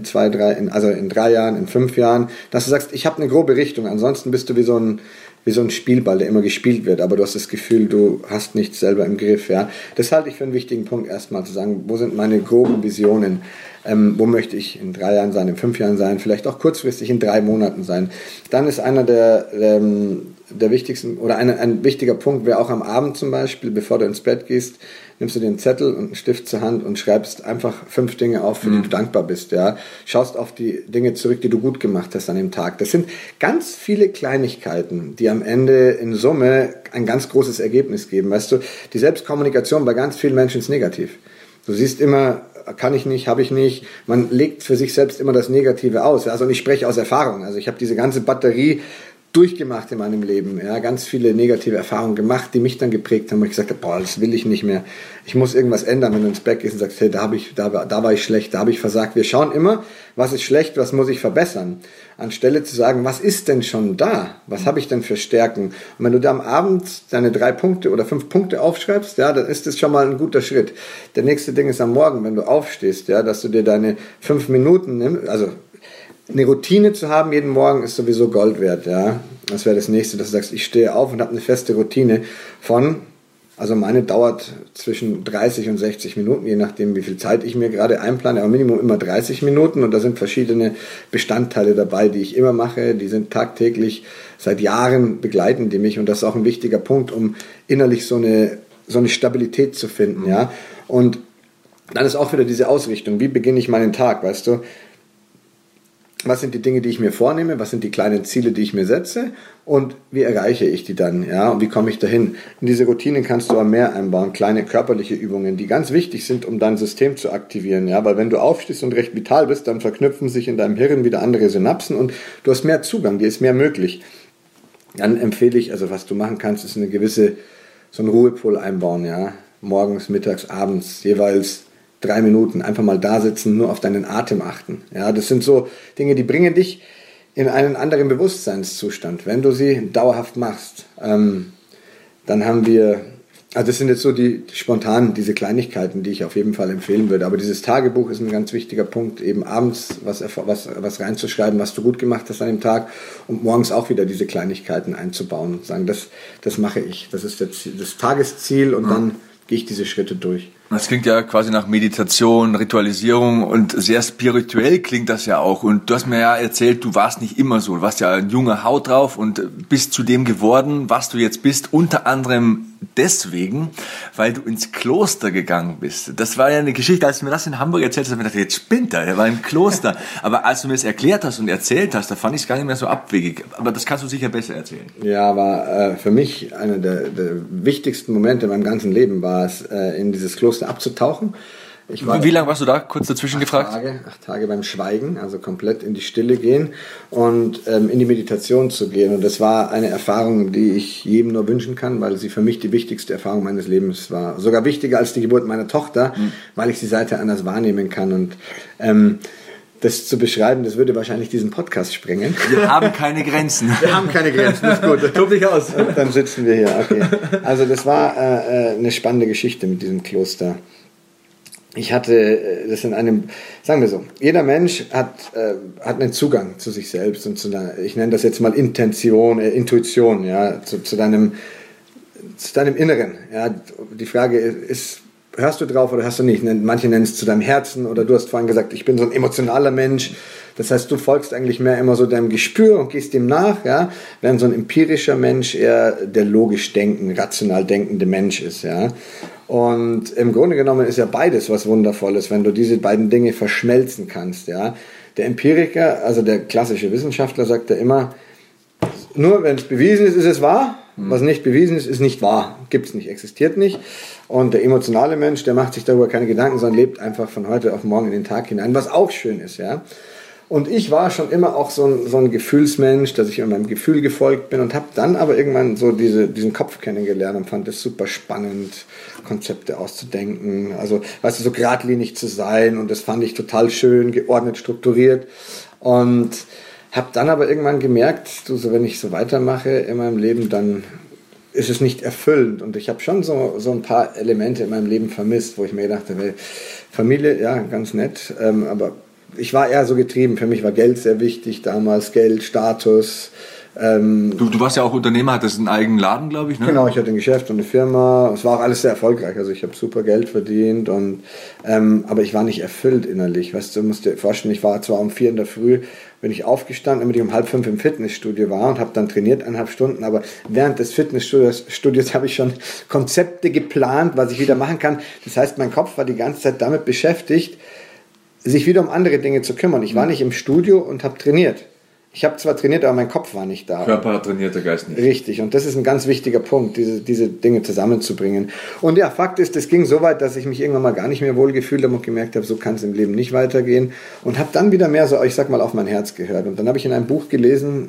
3 Jahren, in 5 Jahren? Dass du sagst, ich habe eine grobe Richtung, ansonsten bist du wie so ein Spielball, der immer gespielt wird, aber du hast das Gefühl, du hast nichts selber im Griff. Ja? Das halte ich für einen wichtigen Punkt, erstmal zu sagen, wo sind meine groben Visionen? Wo möchte ich in 3 Jahren sein, in 5 Jahren sein, vielleicht auch kurzfristig in 3 Monaten sein. Dann ist einer der wichtigsten, oder ein wichtiger Punkt wäre auch am Abend zum Beispiel, bevor du ins Bett gehst, nimmst du dir einen Zettel und einen Stift zur Hand und schreibst einfach 5 Dinge auf, für die du dankbar bist. Ja? Schaust auf die Dinge zurück, die du gut gemacht hast an dem Tag. Das sind ganz viele Kleinigkeiten, die am Ende in Summe ein ganz großes Ergebnis geben. Weißt du, die Selbstkommunikation bei ganz vielen Menschen ist negativ. Du siehst immer, kann ich nicht, habe ich nicht. Man legt für sich selbst immer das Negative aus. Also, und ich spreche aus Erfahrung. Also ich habe diese ganze Batterie durchgemacht in meinem Leben. Ja, ganz viele negative Erfahrungen gemacht, die mich dann geprägt haben, wo ich gesagt habe, boah, das will ich nicht mehr. Ich muss irgendwas ändern, wenn du ins Bett gehst und sagst, hey, da war ich schlecht, da habe ich versagt. Wir schauen immer, was ist schlecht, was muss ich verbessern. Anstelle zu sagen, was ist denn schon da? Was habe ich denn für Stärken? Und wenn du da am Abend deine 3 Punkte oder 5 Punkte aufschreibst, ja, dann ist das schon mal ein guter Schritt. Der nächste Ding ist am Morgen, wenn du aufstehst, ja, dass du dir deine 5 Minuten nimmst, also eine Routine zu haben jeden Morgen ist sowieso Gold wert, ja. Das wäre das nächste, dass du sagst, ich stehe auf und habe eine feste Routine also meine dauert zwischen 30 und 60 Minuten, je nachdem wie viel Zeit ich mir gerade einplane, aber Minimum immer 30 Minuten und da sind verschiedene Bestandteile dabei, die ich immer mache, die sind tagtäglich seit Jahren begleiten die mich und das ist auch ein wichtiger Punkt, um innerlich so eine Stabilität zu finden, ja. Und dann ist auch wieder diese Ausrichtung, wie beginne ich meinen Tag, weißt du? Was sind die Dinge, die ich mir vornehme? Was sind die kleinen Ziele, die ich mir setze? Und wie erreiche ich die dann? Ja, und wie komme ich dahin? In diese Routinen kannst du auch mehr einbauen, kleine körperliche Übungen, die ganz wichtig sind, um dein System zu aktivieren. Ja, weil wenn du aufstehst und recht vital bist, dann verknüpfen sich in deinem Hirn wieder andere Synapsen und du hast mehr Zugang, dir ist mehr möglich. Dann empfehle ich, also was du machen kannst, ist so einen Ruhepol einbauen. Ja, morgens, mittags, abends jeweils 3 Minuten, einfach mal da sitzen, nur auf deinen Atem achten. Ja, das sind so Dinge, die bringen dich in einen anderen Bewusstseinszustand. Wenn du sie dauerhaft machst, dann haben wir, also das sind jetzt so diese Kleinigkeiten, die ich auf jeden Fall empfehlen würde. Aber dieses Tagebuch ist ein ganz wichtiger Punkt, eben abends was reinzuschreiben, was du gut gemacht hast an dem Tag und morgens auch wieder diese Kleinigkeiten einzubauen und sagen, das mache ich, das ist das Tagesziel und dann gehe ich diese Schritte durch. Das klingt ja quasi nach Meditation, Ritualisierung und sehr spirituell klingt das ja auch. Und du hast mir ja erzählt, du warst nicht immer so. Du warst ja ein junger Haut drauf und bist zu dem geworden, was du jetzt bist. Unter anderem deswegen, weil du ins Kloster gegangen bist. Das war ja eine Geschichte, als du mir das in Hamburg erzählt hast, habe ich gedacht, jetzt spinnt er, der war im Kloster. Aber als du mir das erklärt hast und erzählt hast, da fand ich es gar nicht mehr so abwegig. Aber das kannst du sicher besser erzählen. Ja, war für mich einer der wichtigsten Momente in meinem ganzen Leben, war es, in dieses Kloster abzutauchen. Wie lange warst du da? Kurz dazwischen gefragt. 8 Tage beim Schweigen, also komplett in die Stille gehen und in die Meditation zu gehen. Und das war eine Erfahrung, die ich jedem nur wünschen kann, weil sie für mich die wichtigste Erfahrung meines Lebens war. Sogar wichtiger als die Geburt meiner Tochter, weil ich sie seither anders wahrnehmen kann. Und das zu beschreiben, das würde wahrscheinlich diesen Podcast sprengen. Wir haben keine Grenzen. Wir haben keine Grenzen, das ist gut. Tob dich aus. Und dann sitzen wir hier, okay. Also das war eine spannende Geschichte mit diesem Kloster. Ich hatte das in einem, sagen wir so, jeder Mensch hat einen Zugang zu sich selbst und ich nenne das jetzt mal Intuition, ja, zu deinem Inneren. Ja. Die Frage ist, hörst du drauf oder hörst du nicht? Manche nennen es zu deinem Herzen oder du hast vorhin gesagt, ich bin so ein emotionaler Mensch. Das heißt, du folgst eigentlich mehr immer so deinem Gespür und gehst dem nach, ja, während so ein empirischer Mensch eher der logisch rational denkende Mensch ist, ja. Und im Grunde genommen ist ja beides was Wundervolles, wenn du diese beiden Dinge verschmelzen kannst, ja. Der Empiriker, also der klassische Wissenschaftler, sagt ja immer, nur wenn es bewiesen ist, ist es wahr. Was nicht bewiesen ist, ist nicht wahr. Gibt es nicht, existiert nicht. Und der emotionale Mensch, der macht sich darüber keine Gedanken, sondern lebt einfach von heute auf morgen in den Tag hinein, was auch schön ist, ja. Und ich war schon immer auch so ein Gefühlsmensch, dass ich immer meinem Gefühl gefolgt bin und habe dann aber irgendwann so diesen Kopf kennengelernt und fand es super spannend, Konzepte auszudenken. Also, weißt du, so geradlinig zu sein, und das fand ich total schön, geordnet, strukturiert. Und habe dann aber irgendwann gemerkt, so, wenn ich so weitermache in meinem Leben, dann ist es nicht erfüllend. Und ich habe schon so ein paar Elemente in meinem Leben vermisst, wo ich mir gedacht habe, Familie, ja, ganz nett, aber ich war eher so getrieben. Für mich war Geld sehr wichtig damals, Geld, Status. Du warst ja auch Unternehmer, hattest einen eigenen Laden, glaube ich, ne? Genau, ich hatte ein Geschäft und eine Firma. Es war auch alles sehr erfolgreich. Also ich habe super Geld verdient, aber ich war nicht erfüllt innerlich. Weißt du, musst dir vorstellen, ich war zwar um 4 in der Früh, bin ich aufgestanden, damit ich um 4:30 im Fitnessstudio war und habe dann trainiert 1,5 Stunden. Aber während des Fitnessstudios habe ich schon Konzepte geplant, was ich wieder machen kann. Das heißt, mein Kopf war die ganze Zeit damit beschäftigt, sich wieder um andere Dinge zu kümmern. Ich war nicht im Studio und habe trainiert. Ich habe zwar trainiert, aber mein Kopf war nicht da. Körper hat trainiert, der Geist nicht. Richtig, und das ist ein ganz wichtiger Punkt, diese Dinge zusammenzubringen. Und ja, Fakt ist, es ging so weit, dass ich mich irgendwann mal gar nicht mehr wohl gefühlt habe und gemerkt habe, so kann es im Leben nicht weitergehen. Und habe dann wieder mehr so, ich sag mal, auf mein Herz gehört. Und dann habe ich in einem Buch gelesen,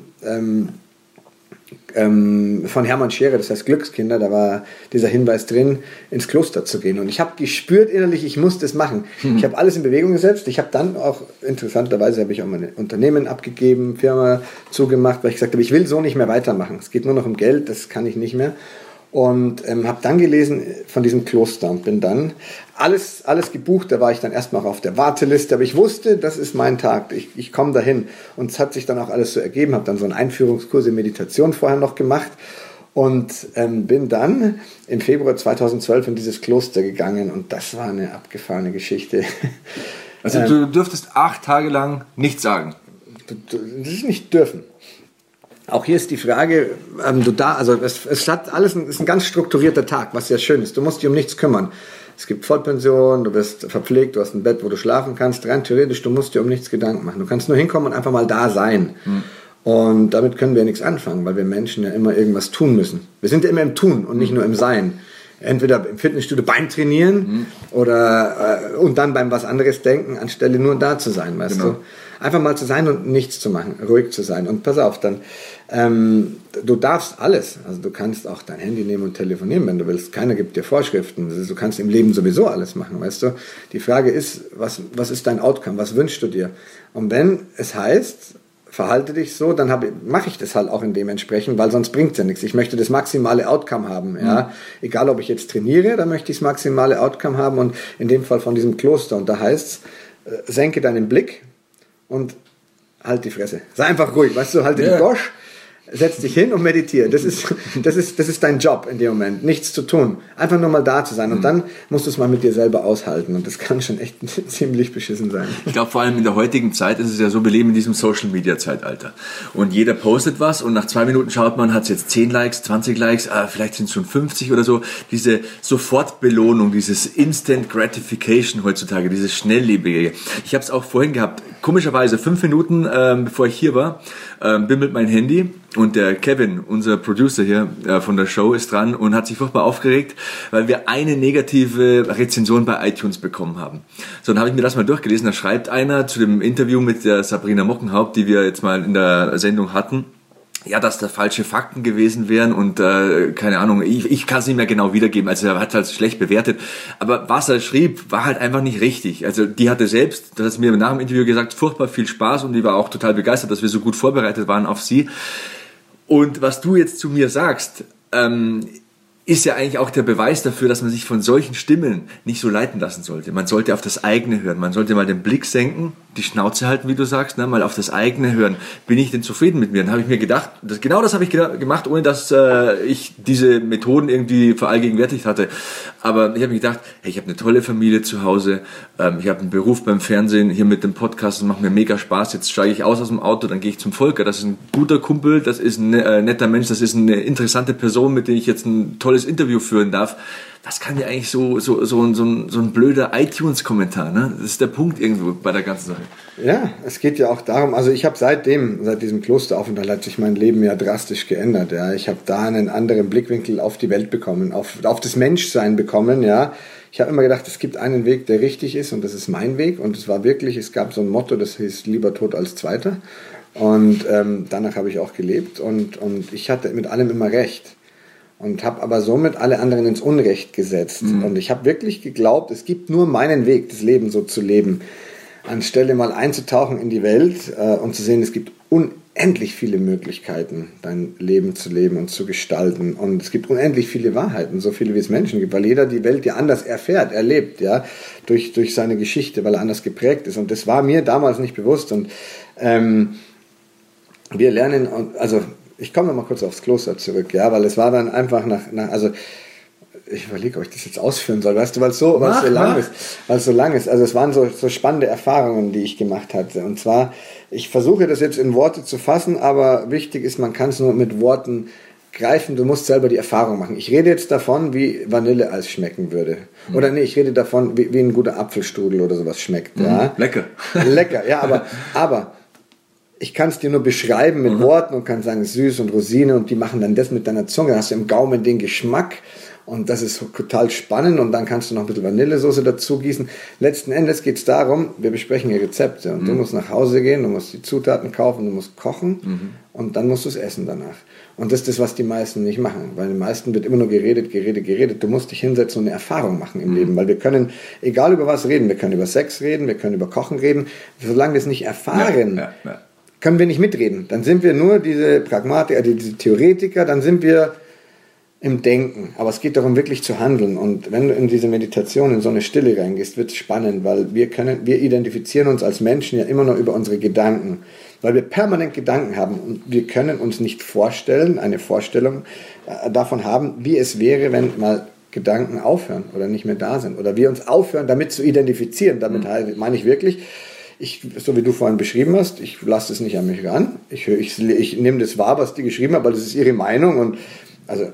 von Hermann Scherer, das heißt Glückskinder, da war dieser Hinweis drin, ins Kloster zu gehen. Und ich habe gespürt innerlich, ich muss das machen. Ich habe alles in Bewegung gesetzt. Ich habe dann auch, interessanterweise, habe ich auch mein Unternehmen abgegeben, Firma zugemacht, weil ich gesagt habe, ich will so nicht mehr weitermachen. Es geht nur noch um Geld, das kann ich nicht mehr. Und habe dann gelesen von diesem Kloster und bin dann alles gebucht. Da war ich dann erstmal auch auf der Warteliste, aber ich wusste, das ist mein Tag, ich komme dahin. Und es hat sich dann auch alles so ergeben, habe dann so einen Einführungskurs in Meditation vorher noch gemacht und bin dann im Februar 2012 in dieses Kloster gegangen, und das war eine abgefahrene Geschichte. Also du dürftest 8 Tage lang nichts sagen. Das ist nicht dürfen. Auch hier ist die Frage, es hat alles, ist ein ganz strukturierter Tag, was sehr schön ist. Du musst dich um nichts kümmern. Es gibt Vollpension, du wirst verpflegt, du hast ein Bett, wo du schlafen kannst. Rein theoretisch, du musst dir um nichts Gedanken machen. Du kannst nur hinkommen und einfach mal da sein. Und damit können wir nichts anfangen, weil wir Menschen ja immer irgendwas tun müssen. Wir sind ja immer im Tun und nicht nur im Sein. Entweder im Fitnessstudio Bein trainieren und dann beim was anderes denken, anstelle nur da zu sein, weißt du? Einfach mal zu sein und nichts zu machen, ruhig zu sein. Und pass auf, dann, du darfst alles. Also du kannst auch dein Handy nehmen und telefonieren, wenn du willst. Keiner gibt dir Vorschriften. Also du kannst im Leben sowieso alles machen, weißt du? Die Frage ist, was ist dein Outcome? Was wünschst du dir? Und wenn es heißt, verhalte dich so, dann mache ich das halt auch in dementsprechend, weil sonst bringt es ja nichts. Ich möchte das maximale Outcome haben. Ja? Egal, ob ich jetzt trainiere, dann möchte ich das maximale Outcome haben, und in dem Fall von diesem Kloster. Und da heißt es, senke deinen Blick und halt die Fresse. Sei einfach ruhig, weißt du, halte die Gosch, setz dich hin und meditiere. Das ist dein Job in dem Moment, nichts zu tun. Einfach nur mal da zu sein, und dann musst du es mal mit dir selber aushalten, und das kann schon echt ziemlich beschissen sein. Ich glaube, vor allem in der heutigen Zeit ist es ja so, wir leben in diesem Social-Media-Zeitalter, und jeder postet was, und nach 2 Minuten schaut man, hat es jetzt 10 Likes, 20 Likes, vielleicht sind es schon 50 oder so. Diese Sofortbelohnung, dieses Instant Gratification heutzutage, dieses Schnelllebige. Ich habe es auch vorhin gehabt, komischerweise 5 Minuten bevor ich hier war, bimmelt mein Handy, und der Kevin, unser Producer hier von der Show, ist dran und hat sich furchtbar aufgeregt, weil wir eine negative Rezension bei iTunes bekommen haben. So, dann habe ich mir das mal durchgelesen. Da schreibt einer zu dem Interview mit der Sabrina Mockenhaupt, die wir jetzt mal in der Sendung hatten, ja, dass da falsche Fakten gewesen wären und keine Ahnung, ich kann es nicht mehr genau wiedergeben, also er hat halt schlecht bewertet, aber was er schrieb, war halt einfach nicht richtig. Also die hatte selbst, das hat mir nach dem Interview gesagt, furchtbar viel Spaß, und die war auch total begeistert, dass wir so gut vorbereitet waren auf sie. Und was du jetzt zu mir sagst, ist ja eigentlich auch der Beweis dafür, dass man sich von solchen Stimmen nicht so leiten lassen sollte. Man sollte auf das eigene hören. Man sollte mal den Blick senken, die Schnauze halten, wie du sagst, mal auf das eigene hören. Bin ich denn zufrieden mit mir? Dann habe ich mir gedacht, genau das habe ich gemacht, ohne dass ich diese Methoden irgendwie verallgegenwärtigt hatte. Aber ich habe mir gedacht, hey, ich habe eine tolle Familie zu Hause, ich habe einen Beruf beim Fernsehen, hier mit dem Podcast, das macht mir mega Spaß. Jetzt steige ich aus dem Auto, dann gehe ich zum Volker. Das ist ein guter Kumpel, das ist ein netter Mensch, das ist eine interessante Person, mit der ich jetzt ein tolles Interview führen darf. Was kann ja eigentlich so ein blöder iTunes-Kommentar, ne? Das ist der Punkt irgendwo bei der ganzen Sache. Ja, es geht ja auch darum, also ich habe seit diesem Klosteraufenthalt hat sich mein Leben ja drastisch geändert, ja. Ich habe da einen anderen Blickwinkel auf die Welt bekommen, auf das Menschsein bekommen, ja. ich habe immer gedacht, es gibt einen Weg, der richtig ist und das ist mein Weg. Und es war wirklich, es gab so ein Motto, das hieß lieber tot als Zweiter. Und danach habe ich auch gelebt und ich hatte mit allem immer recht. Und habe aber somit alle anderen ins Unrecht gesetzt. Und ich habe wirklich geglaubt, es gibt nur meinen Weg, das Leben so zu leben. Anstelle mal einzutauchen in die Welt und zu sehen, es gibt unendlich viele Möglichkeiten, dein Leben zu leben und zu gestalten. Und es gibt unendlich viele Wahrheiten, so viele wie es Menschen gibt, weil jeder die Welt ja anders erfährt, erlebt, ja, durch seine Geschichte, weil er anders geprägt ist. Und das war mir damals nicht bewusst. Und wir lernen, also ich komme noch mal kurz aufs Kloster zurück, ja, weil es war dann einfach also ich überlege, ob ich das jetzt ausführen soll, weißt du, weil es so lang ist. Also es waren so spannende Erfahrungen, die ich gemacht hatte. Und zwar, ich versuche das jetzt in Worte zu fassen, aber wichtig ist, man kann es nur mit Worten greifen, du musst selber die Erfahrung machen. Ich rede jetzt davon, wie Vanilleeis schmecken würde. Oder nee, ich rede davon, wie ein guter Apfelstrudel oder sowas schmeckt. Ja? Lecker. Lecker, ja, aber ich kann es dir nur beschreiben mit Worten und kann sagen, süß und Rosine und die machen dann das mit deiner Zunge, hast du im Gaumen den Geschmack. Und das ist total spannend und dann kannst du noch ein bisschen Vanillesoße dazu gießen. Letzten Endes geht es darum, wir besprechen hier Rezepte und du musst nach Hause gehen, du musst die Zutaten kaufen, du musst kochen und dann musst du es essen danach. Und das ist das, was die meisten nicht machen, weil den meisten wird immer nur geredet. Du musst dich hinsetzen und eine Erfahrung machen im Leben, weil wir können, egal über was reden, wir können über Sex reden, wir können über Kochen reden, solange wir es nicht erfahren, können wir nicht mitreden. Dann sind wir nur diese Pragmatiker, diese Theoretiker, dann sind wir im Denken, aber es geht darum, wirklich zu handeln. Und wenn du in diese Meditation, in so eine Stille reingehst, wird es spannend, weil wir identifizieren uns als Menschen ja immer nur über unsere Gedanken, weil wir permanent Gedanken haben und wir können uns nicht vorstellen, eine Vorstellung davon haben, wie es wäre, wenn mal Gedanken aufhören oder nicht mehr da sind oder wir uns aufhören, damit zu identifizieren. Damit meine ich wirklich, so wie du vorhin beschrieben hast, ich lasse es nicht an mich ran, ich nehme das wahr, was die geschrieben haben, weil das ist ihre Meinung und also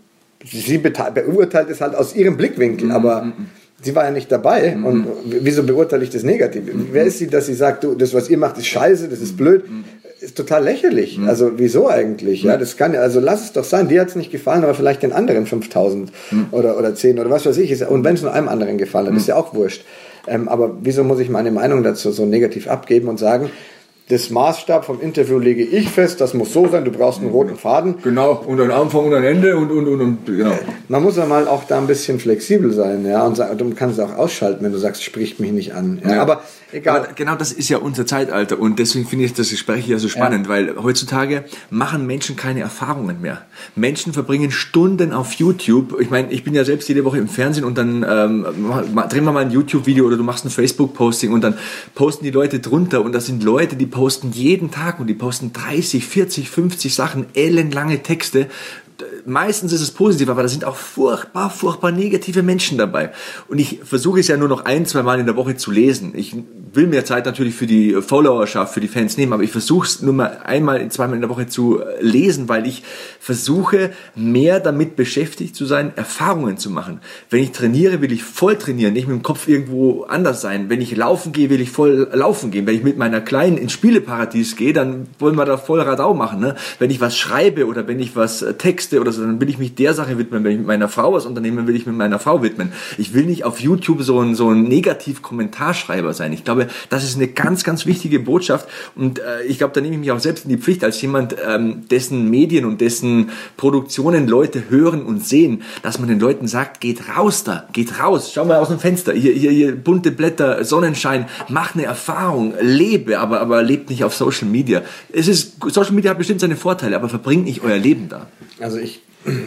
sie beurteilt es halt aus ihrem Blickwinkel, aber sie war ja nicht dabei. Und wieso beurteile ich das negativ? Wer ist sie, dass sie sagt, du, das, was ihr macht, ist scheiße, das ist blöd? Ist total lächerlich. Also wieso eigentlich? Ja, das kann ja, also lass es doch sein. Dir hat es nicht gefallen, aber vielleicht den anderen 5000 oder 10 oder was weiß ich. Und wenn es nur einem anderen gefallen hat, ist ja auch wurscht. Aber wieso muss ich meine Meinung dazu so negativ abgeben und sagen, das Maßstab vom Interview lege ich fest, das muss so sein, du brauchst einen roten Faden. Genau, und einen Anfang und ein Ende und genau. Man muss ja mal auch da ein bisschen flexibel sein, ja, und du kannst es auch ausschalten, wenn du sagst, spricht mich nicht an. Ja, aber egal. Aber genau das ist ja unser Zeitalter und deswegen finde ich das Gespräch hier so spannend, weil heutzutage machen Menschen keine Erfahrungen mehr. Menschen verbringen Stunden auf YouTube. Ich meine, ich bin ja selbst jede Woche im Fernsehen und dann drehen wir mal ein YouTube-Video oder du machst ein Facebook-Posting und dann posten die Leute drunter und das sind Leute, die posten jeden Tag und die posten 30, 40, 50 Sachen, ellenlange Texte. Meistens ist es positiv, aber da sind auch furchtbar negative Menschen dabei. Und ich versuche es ja nur noch 1-2 Mal in der Woche zu lesen. Ich will mir Zeit natürlich für die Followerschaft, für die Fans nehmen, aber ich versuche es nur mal 1-2 Mal in der Woche zu lesen, weil ich versuche, mehr damit beschäftigt zu sein, Erfahrungen zu machen. Wenn ich trainiere, will ich voll trainieren, nicht mit dem Kopf irgendwo anders sein. Wenn ich laufen gehe, will ich voll laufen gehen. Wenn ich mit meiner Kleinen ins Spieleparadies gehe, dann wollen wir da voll Radau machen. Ne? Wenn ich was schreibe oder wenn ich was texte oder so, dann will ich mich der Sache widmen. Wenn ich mit meiner Frau was unternehme, will ich mit meiner Frau widmen. Ich will nicht auf YouTube so ein Negativ-Kommentarschreiber sein. Ich glaube, das ist eine ganz, ganz wichtige Botschaft und ich glaube, da nehme ich mich auch selbst in die Pflicht als jemand, dessen Medien und dessen Produktionen Leute hören und sehen, dass man den Leuten sagt, geht raus da, geht raus, schau mal aus dem Fenster, hier bunte Blätter, Sonnenschein, mach eine Erfahrung, lebe, aber lebt nicht auf Social Media. Social Media hat bestimmt seine Vorteile, aber verbringt nicht euer Leben da. Also ich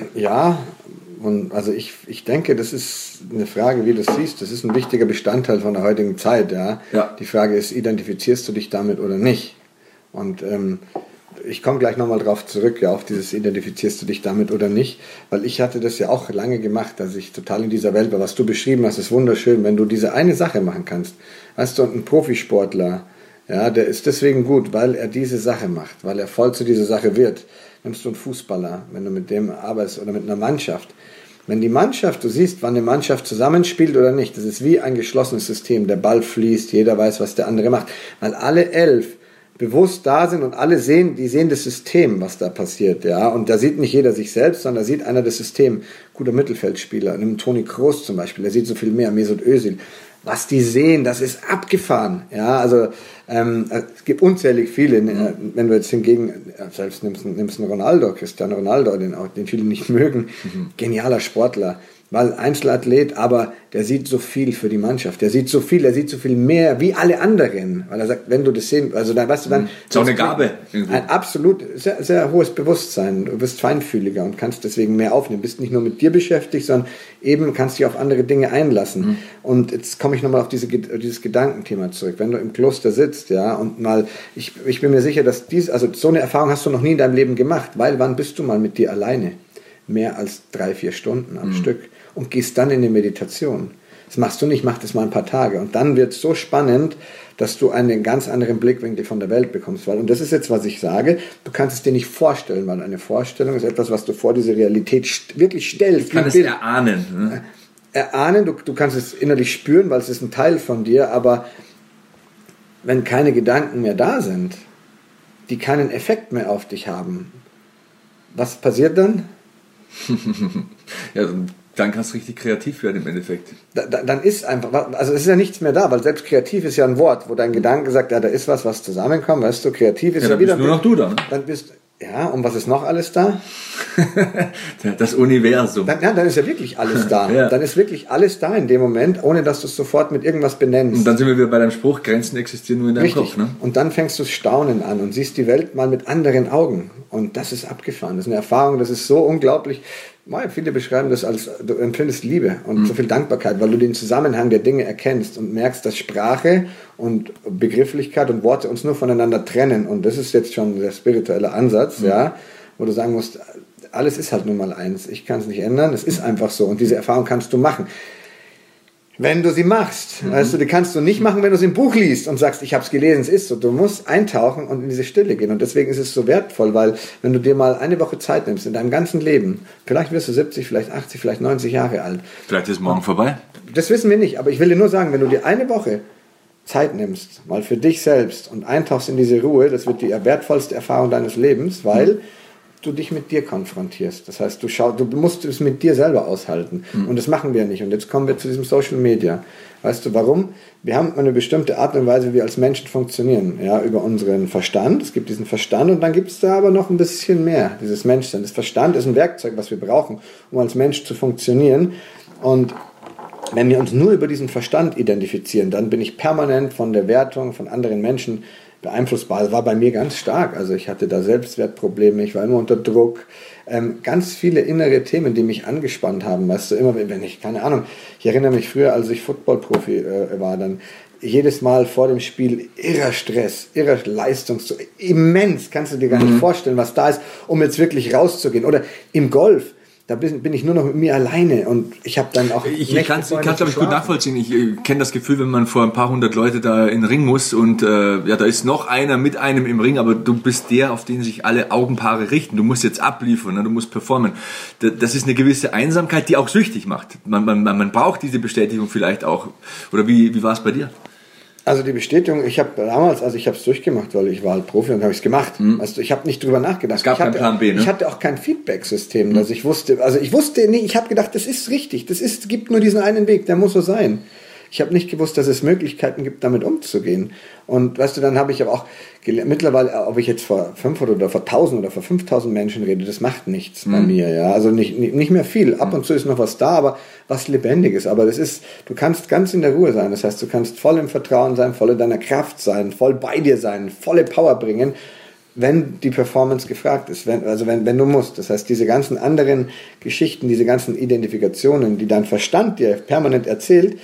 denke, das ist eine Frage, wie du es siehst, das ist ein wichtiger Bestandteil von der heutigen Zeit. Ja? Die Frage ist, identifizierst du dich damit oder nicht? Und ich komme gleich nochmal drauf zurück, ja, auf dieses identifizierst du dich damit oder nicht, weil ich hatte das ja auch lange gemacht, dass ich total in dieser Welt war. Was du beschrieben hast, ist wunderschön, wenn du diese eine Sache machen kannst. Weißt du, und ein Profisportler, ja, der ist deswegen gut, weil er diese Sache macht, weil er voll zu dieser Sache wird. Nimmst du einen Fußballer, wenn du mit dem arbeitest oder mit einer Mannschaft. Wenn die Mannschaft, du siehst, wann eine Mannschaft zusammenspielt oder nicht, das ist wie ein geschlossenes System. Der Ball fließt, jeder weiß, was der andere macht. Weil alle 11 bewusst da sind und alle sehen, die sehen das System, was da passiert, ja, und da sieht nicht jeder sich selbst, sondern da sieht einer das System. Guter Mittelfeldspieler, einem Toni Kroos zum Beispiel, der sieht so viel mehr, Mesut Özil. Was die sehen, das ist abgefahren, ja, also es gibt unzählig viele, wenn du jetzt hingegen, selbst nimmst einen Ronaldo, Cristiano Ronaldo, den viele nicht mögen, genialer Sportler, weil Einzelathlet, aber der sieht so viel für die Mannschaft, der sieht so viel mehr wie alle anderen, weil er sagt, wenn du das sehen, also dann, weißt du, dann... So eine Gabe. Ein absolut, sehr, sehr hohes Bewusstsein, du bist feinfühliger und kannst deswegen mehr aufnehmen, bist nicht nur mit dir beschäftigt, sondern eben kannst dich auf andere Dinge einlassen. Und jetzt komme ich nochmal auf dieses Gedankenthema zurück, wenn du im Kloster sitzt, ja, und mal, ich bin mir sicher, dass also so eine Erfahrung hast du noch nie in deinem Leben gemacht, weil wann bist du mal mit dir alleine? Mehr als 3-4 Stunden am Stück. Und gehst dann in die Meditation. Das machst du nicht, mach das mal ein paar Tage. Und dann wird es so spannend, dass du einen ganz anderen Blickwinkel von der Welt bekommst. Und das ist jetzt, was ich sage, du kannst es dir nicht vorstellen, weil eine Vorstellung ist etwas, was du vor diese Realität wirklich stellst. Du kannst es erahnen. Ne? Erahnen, du kannst es innerlich spüren, weil es ist ein Teil von dir, aber wenn keine Gedanken mehr da sind, die keinen Effekt mehr auf dich haben, was passiert dann? Ja, dann kannst du richtig kreativ werden im Endeffekt. Dann ist einfach, also es ist ja nichts mehr da, weil selbst kreativ ist ja ein Wort, wo dein Gedanke sagt, ja, da ist was zusammenkommt, weißt du, kreativ ist ja wieder... Dann bist nur noch du da. Ne? Dann bist, ja, und was ist noch alles da? Das Universum. Dann ist ja wirklich alles da. Ja. Dann ist wirklich alles da in dem Moment, ohne dass du es sofort mit irgendwas benennst. Und dann sind wir wieder bei deinem Spruch, Grenzen existieren nur in deinem Kopf. Ne? Und dann fängst du das Staunen an und siehst die Welt mal mit anderen Augen. Und das ist abgefahren. Das ist eine Erfahrung, das ist so unglaublich. Viele beschreiben das als, du empfindest Liebe und so viel Dankbarkeit, weil du den Zusammenhang der Dinge erkennst und merkst, dass Sprache und Begrifflichkeit und Worte uns nur voneinander trennen. Und das ist jetzt schon der spirituelle Ansatz, ja, wo du sagen musst, alles ist halt nun mal eins. Ich kann es nicht ändern, es ist einfach so. Und diese Erfahrung kannst du machen. Wenn du sie machst, weißt du, die kannst du nicht machen, wenn du es im Buch liest und sagst, ich habe es gelesen, es ist so. Du musst eintauchen und in diese Stille gehen. Und deswegen ist es so wertvoll, weil wenn du dir mal eine Woche Zeit nimmst in deinem ganzen Leben, vielleicht wirst du 70, vielleicht 80, vielleicht 90 Jahre alt. Vielleicht ist morgen vorbei. Das wissen wir nicht, aber ich will dir nur sagen, wenn du dir eine Woche Zeit nimmst, mal für dich selbst und eintauchst in diese Ruhe, das wird die wertvollste Erfahrung deines Lebens, weil du dich mit dir konfrontierst. Das heißt, du musst es mit dir selber aushalten. Und das machen wir nicht. Und jetzt kommen wir zu diesem Social Media. Weißt du, warum? Wir haben eine bestimmte Art und Weise, wie wir als Menschen funktionieren. Ja, über unseren Verstand. Es gibt diesen Verstand und dann gibt es da aber noch ein bisschen mehr, dieses Menschsein. Das Verstand ist ein Werkzeug, was wir brauchen, um als Mensch zu funktionieren. Und wenn wir uns nur über diesen Verstand identifizieren, dann bin ich permanent von der Wertung von anderen Menschen beeinflussbar. Das war bei mir ganz stark. Also ich hatte da Selbstwertprobleme, ich war immer unter Druck. Ganz viele innere Themen, die mich angespannt haben. Weißt du, immer wenn ich, keine Ahnung, ich erinnere mich früher, als ich Footballprofi war, dann jedes Mal vor dem Spiel irrer Stress, irrer Leistungsdruck, immens, kannst du dir gar nicht vorstellen, was da ist, um jetzt wirklich rauszugehen. Oder im Golf. Da bin ich nur noch mit mir alleine und ich habe dann auch... Ich kann es, glaube ich, gut nachvollziehen. Ich kenne das Gefühl, wenn man vor ein paar hundert Leute da in den Ring muss und ja, da ist noch einer mit einem im Ring, aber du bist der, auf den sich alle Augenpaare richten. Du musst jetzt abliefern, ne? Du musst performen. Das ist eine gewisse Einsamkeit, die auch süchtig macht. Man braucht diese Bestätigung vielleicht auch. Oder wie war es bei dir? Also die Bestätigung, ich habe damals, also ich habe es durchgemacht, weil ich war halt Profi und habe es gemacht. Also ich habe nicht drüber nachgedacht. Es gab keinen Plan B, ne? Ich hatte auch kein Feedback-System, dass ich wusste nicht, ich habe gedacht, das ist richtig, gibt nur diesen einen Weg, der muss so sein. Ich habe nicht gewusst, dass es Möglichkeiten gibt, damit umzugehen. Und weißt du, dann habe ich aber auch mittlerweile, ob ich jetzt vor 500 oder vor 1000 oder vor 5000 Menschen rede, das macht nichts bei mir, ja. Also nicht mehr viel. Ab und zu ist noch was da, aber was Lebendiges. Aber das ist, du kannst ganz in der Ruhe sein. Das heißt, du kannst voll im Vertrauen sein, voll in deiner Kraft sein, voll bei dir sein, volle Power bringen, wenn die Performance gefragt ist, wenn du musst. Das heißt, diese ganzen anderen Geschichten, diese ganzen Identifikationen, die dein Verstand dir permanent erzählt,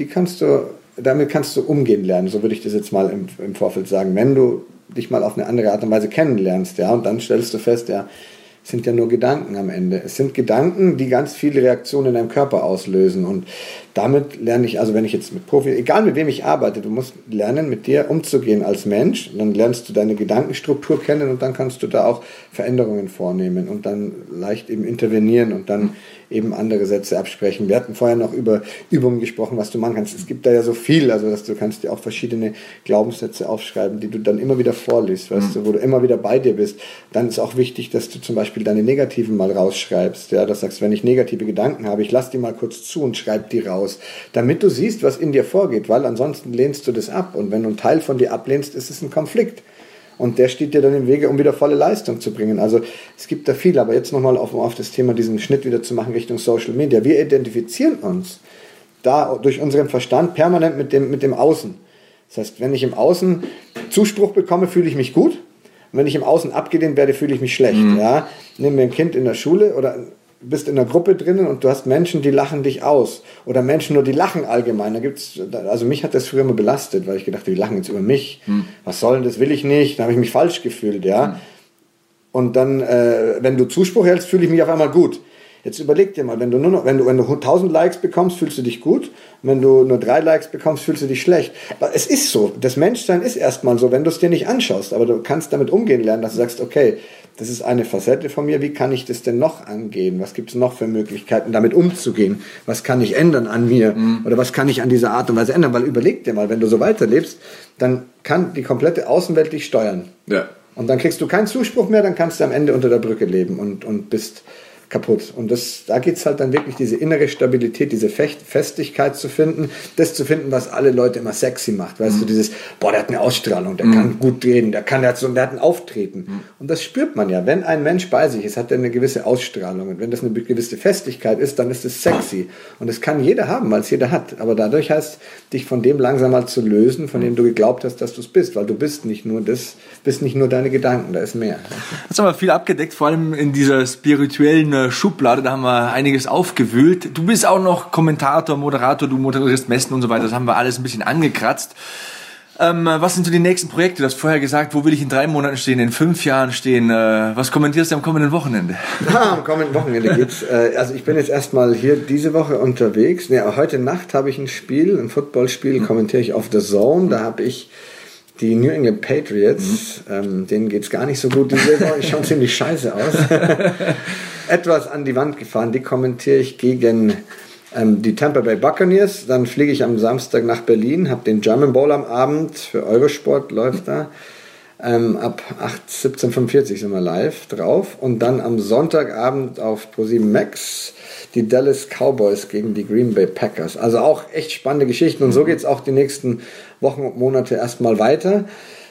damit kannst du umgehen lernen. So würde ich das jetzt mal im Vorfeld sagen. Wenn du dich mal auf eine andere Art und Weise kennenlernst, ja, und dann stellst du fest, ja, sind ja nur Gedanken am Ende. Es sind Gedanken, die ganz viele Reaktionen in deinem Körper auslösen. Und damit lerne ich, also wenn ich jetzt mit Profi, egal mit wem ich arbeite, du musst lernen, mit dir umzugehen als Mensch. Und dann lernst du deine Gedankenstruktur kennen und dann kannst du da auch Veränderungen vornehmen und dann leicht eben intervenieren und dann eben andere Sätze absprechen. Wir hatten vorher noch über Übungen gesprochen, was du machen kannst. Es gibt da ja so viel, also dass du kannst dir auch verschiedene Glaubenssätze aufschreiben, die du dann immer wieder vorliest, weißt du, wo du immer wieder bei dir bist. Dann ist auch wichtig, dass du zum Beispiel deine negativen mal rausschreibst. Ja, dass du sagst, wenn ich negative Gedanken habe, ich lass die mal kurz zu und schreib die raus, damit du siehst, was in dir vorgeht, weil ansonsten lehnst du das ab. Und wenn du einen Teil von dir ablehnst, ist es ein Konflikt. Und der steht dir dann im Wege, um wieder volle Leistung zu bringen. Also es gibt da viel, aber jetzt nochmal auf das Thema, diesen Schnitt wieder zu machen Richtung Social Media. Wir identifizieren uns da durch unseren Verstand permanent mit dem Außen. Das heißt, wenn ich im Außen Zuspruch bekomme, fühle ich mich gut. Und wenn ich im Außen abgelehnt werde, fühle ich mich schlecht. Ja? Nehmen wir ein Kind in der Schule oder bist in einer Gruppe drinnen und du hast Menschen, die lachen dich aus. Oder Menschen nur, die lachen allgemein. Also mich hat das früher immer belastet, weil ich gedacht, die lachen jetzt über mich. Was soll denn das, will ich nicht. Dann habe ich mich falsch gefühlt, ja. Und dann, wenn du Zuspruch hältst, fühle ich mich auf einmal gut. Jetzt überleg dir mal, wenn du 1000 Likes bekommst, fühlst du dich gut. Und wenn du nur 3 Likes bekommst, fühlst du dich schlecht. Aber es ist so. Das Menschsein ist erstmal so, wenn du es dir nicht anschaust. Aber du kannst damit umgehen lernen, dass du sagst, okay, das ist eine Facette von mir, wie kann ich das denn noch angehen? Was gibt es noch für Möglichkeiten, damit umzugehen? Was kann ich ändern an mir? Oder was kann ich an dieser Art und Weise ändern? Weil überleg dir mal, wenn du so weiterlebst, dann kann die komplette Außenwelt dich steuern. Ja. Und dann kriegst du keinen Zuspruch mehr, dann kannst du am Ende unter der Brücke leben und bist kaputt. Und da geht es halt dann wirklich, diese innere Stabilität, diese Festigkeit zu finden, das zu finden, was alle Leute immer sexy macht. Weißt du, dieses, der hat eine Ausstrahlung, der kann gut reden, der hat ein Auftreten. Und das spürt man ja. Wenn ein Mensch bei sich ist, hat er eine gewisse Ausstrahlung. Und wenn das eine gewisse Festigkeit ist, dann ist es sexy. Und das kann jeder haben, weil es jeder hat. Aber dadurch heißt, dich von dem langsam mal zu lösen, von dem du geglaubt hast, dass du es bist. Weil du bist nicht nur deine Gedanken, da ist mehr. Das haben wir viel abgedeckt, vor allem in dieser spirituellen Schublade, da haben wir einiges aufgewühlt. Du bist auch noch Kommentator, Moderator, du moderierst Messen und so weiter, das haben wir alles ein bisschen angekratzt. Was sind so die nächsten Projekte? Du hast vorher gesagt, wo will ich in 3 Monaten stehen, in 5 Jahren stehen? Was kommentierst du am kommenden Wochenende? Am kommenden Wochenende geht's. Also ich bin jetzt erstmal hier diese Woche unterwegs. Heute Nacht habe ich ein Footballspiel, kommentiere ich auf The Zone. Da habe ich die New England Patriots, denen geht's gar nicht so gut. Die Saison ist schon ziemlich scheiße aus. Etwas an die Wand gefahren. Die kommentiere ich gegen die Tampa Bay Buccaneers. Dann fliege ich am Samstag nach Berlin, habe den German Bowl am Abend für Eurosport, läuft da. Ab 17:45 sind wir live drauf. Und dann am Sonntagabend auf Pro7 Max die Dallas Cowboys gegen die Green Bay Packers. Also auch echt spannende Geschichten. Und so geht es auch die nächsten Wochen und Monate erstmal weiter.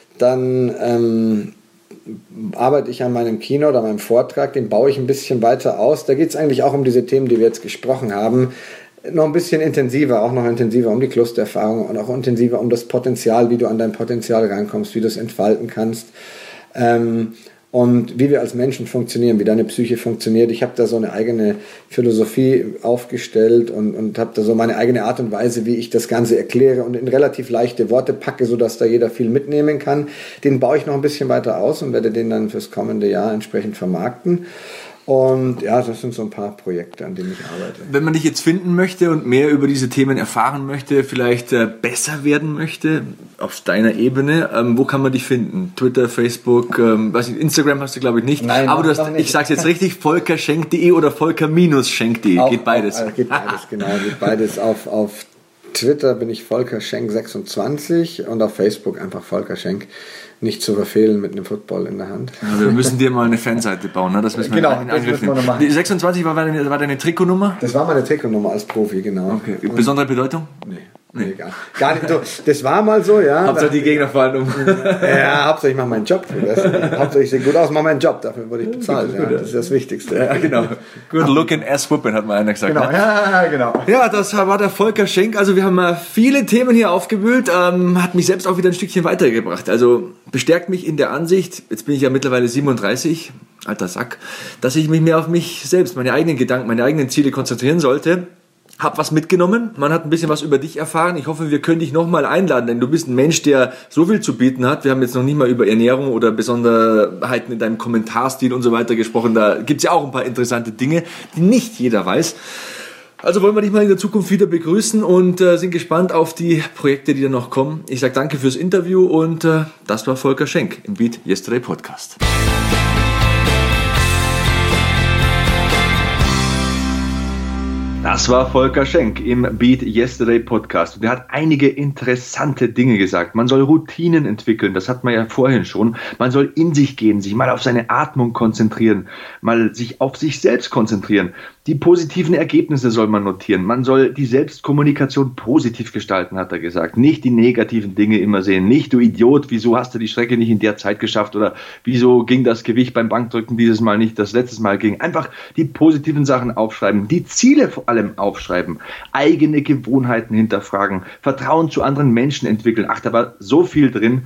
Dann arbeite ich an meinem Keynote, an meinem Vortrag, den baue ich ein bisschen weiter aus. Da geht es eigentlich auch um diese Themen, die wir jetzt gesprochen haben. Noch ein bisschen intensiver, auch noch intensiver um die Klostererfahrung und auch intensiver um das Potenzial, wie du an dein Potenzial rankommst, wie du es entfalten kannst. Und wie wir als Menschen funktionieren, wie deine Psyche funktioniert. Ich habe da so eine eigene Philosophie aufgestellt und habe da so meine eigene Art und Weise, wie ich das Ganze erkläre und in relativ leichte Worte packe, sodass da jeder viel mitnehmen kann. Den baue ich noch ein bisschen weiter aus und werde den dann fürs kommende Jahr entsprechend vermarkten. Und ja, das sind so ein paar Projekte, an denen ich arbeite. Wenn man dich jetzt finden möchte und mehr über diese Themen erfahren möchte, vielleicht besser werden möchte auf deiner Ebene, wo kann man dich finden? Twitter, Facebook, Instagram hast du glaube ich nicht. Nein, aber ich sag's jetzt richtig, volkerschenk.de oder volker-schenk.de, geht beides. Geht beides, genau, geht beides. Auf Twitter bin ich volkerschenk26 und auf Facebook einfach volkerschenk. Nicht zu verfehlen mit einem Football in der Hand. Ja, wir müssen dir mal eine Fanseite bauen, ne? Das müssen wir in Angriff nehmen. Die 26 war deine Trikotnummer? Das war meine Trikotnummer als Profi, genau. Okay. Besondere Bedeutung? Nee, gar nicht. So, das war mal so, ja. Hauptsache die Gegner fallen um. Ja, hauptsächlich ich mache meinen Job. Hauptsächlich sehe gut aus, mache meinen Job. Dafür wurde ich bezahlt. Ja. Das ist das Wichtigste. Ja, genau. Good looking ass whooping, hat mal einer gesagt. Genau, ne? ja, genau. Ja, das war der Volker Schenk. Also wir haben viele Themen hier aufgewühlt. Hat mich selbst auch wieder ein Stückchen weitergebracht. Also bestärkt mich in der Ansicht, jetzt bin ich ja mittlerweile 37, alter Sack, dass ich mich mehr auf mich selbst, meine eigenen Gedanken, meine eigenen Ziele konzentrieren sollte. hab was mitgenommen, man hat ein bisschen was über dich erfahren. Ich hoffe, wir können dich nochmal einladen, denn du bist ein Mensch, der so viel zu bieten hat. Wir haben jetzt noch nicht mal über Ernährung oder Besonderheiten in deinem Kommentarstil und so weiter gesprochen. Da gibt's ja auch ein paar interessante Dinge, die nicht jeder weiß. Also wollen wir dich mal in der Zukunft wieder begrüßen und sind gespannt auf die Projekte, die da noch kommen. Ich sage danke fürs Interview und das war Volker Schenk im Beat Yesterday Podcast. Das war Volker Schenk im Beat Yesterday Podcast. Und er hat einige interessante Dinge gesagt. Man soll Routinen entwickeln, das hat man ja vorhin schon. Man soll in sich gehen, sich mal auf seine Atmung konzentrieren, mal sich auf sich selbst konzentrieren. Die positiven Ergebnisse soll man notieren. Man soll die Selbstkommunikation positiv gestalten, hat er gesagt. Nicht die negativen Dinge immer sehen. Nicht, du Idiot, wieso hast du die Strecke nicht in der Zeit geschafft oder wieso ging das Gewicht beim Bankdrücken dieses Mal nicht, das letztes Mal ging. Einfach die positiven Sachen aufschreiben, die Ziele vor allem aufschreiben, eigene Gewohnheiten hinterfragen, Vertrauen zu anderen Menschen entwickeln. Ach, da war so viel drin.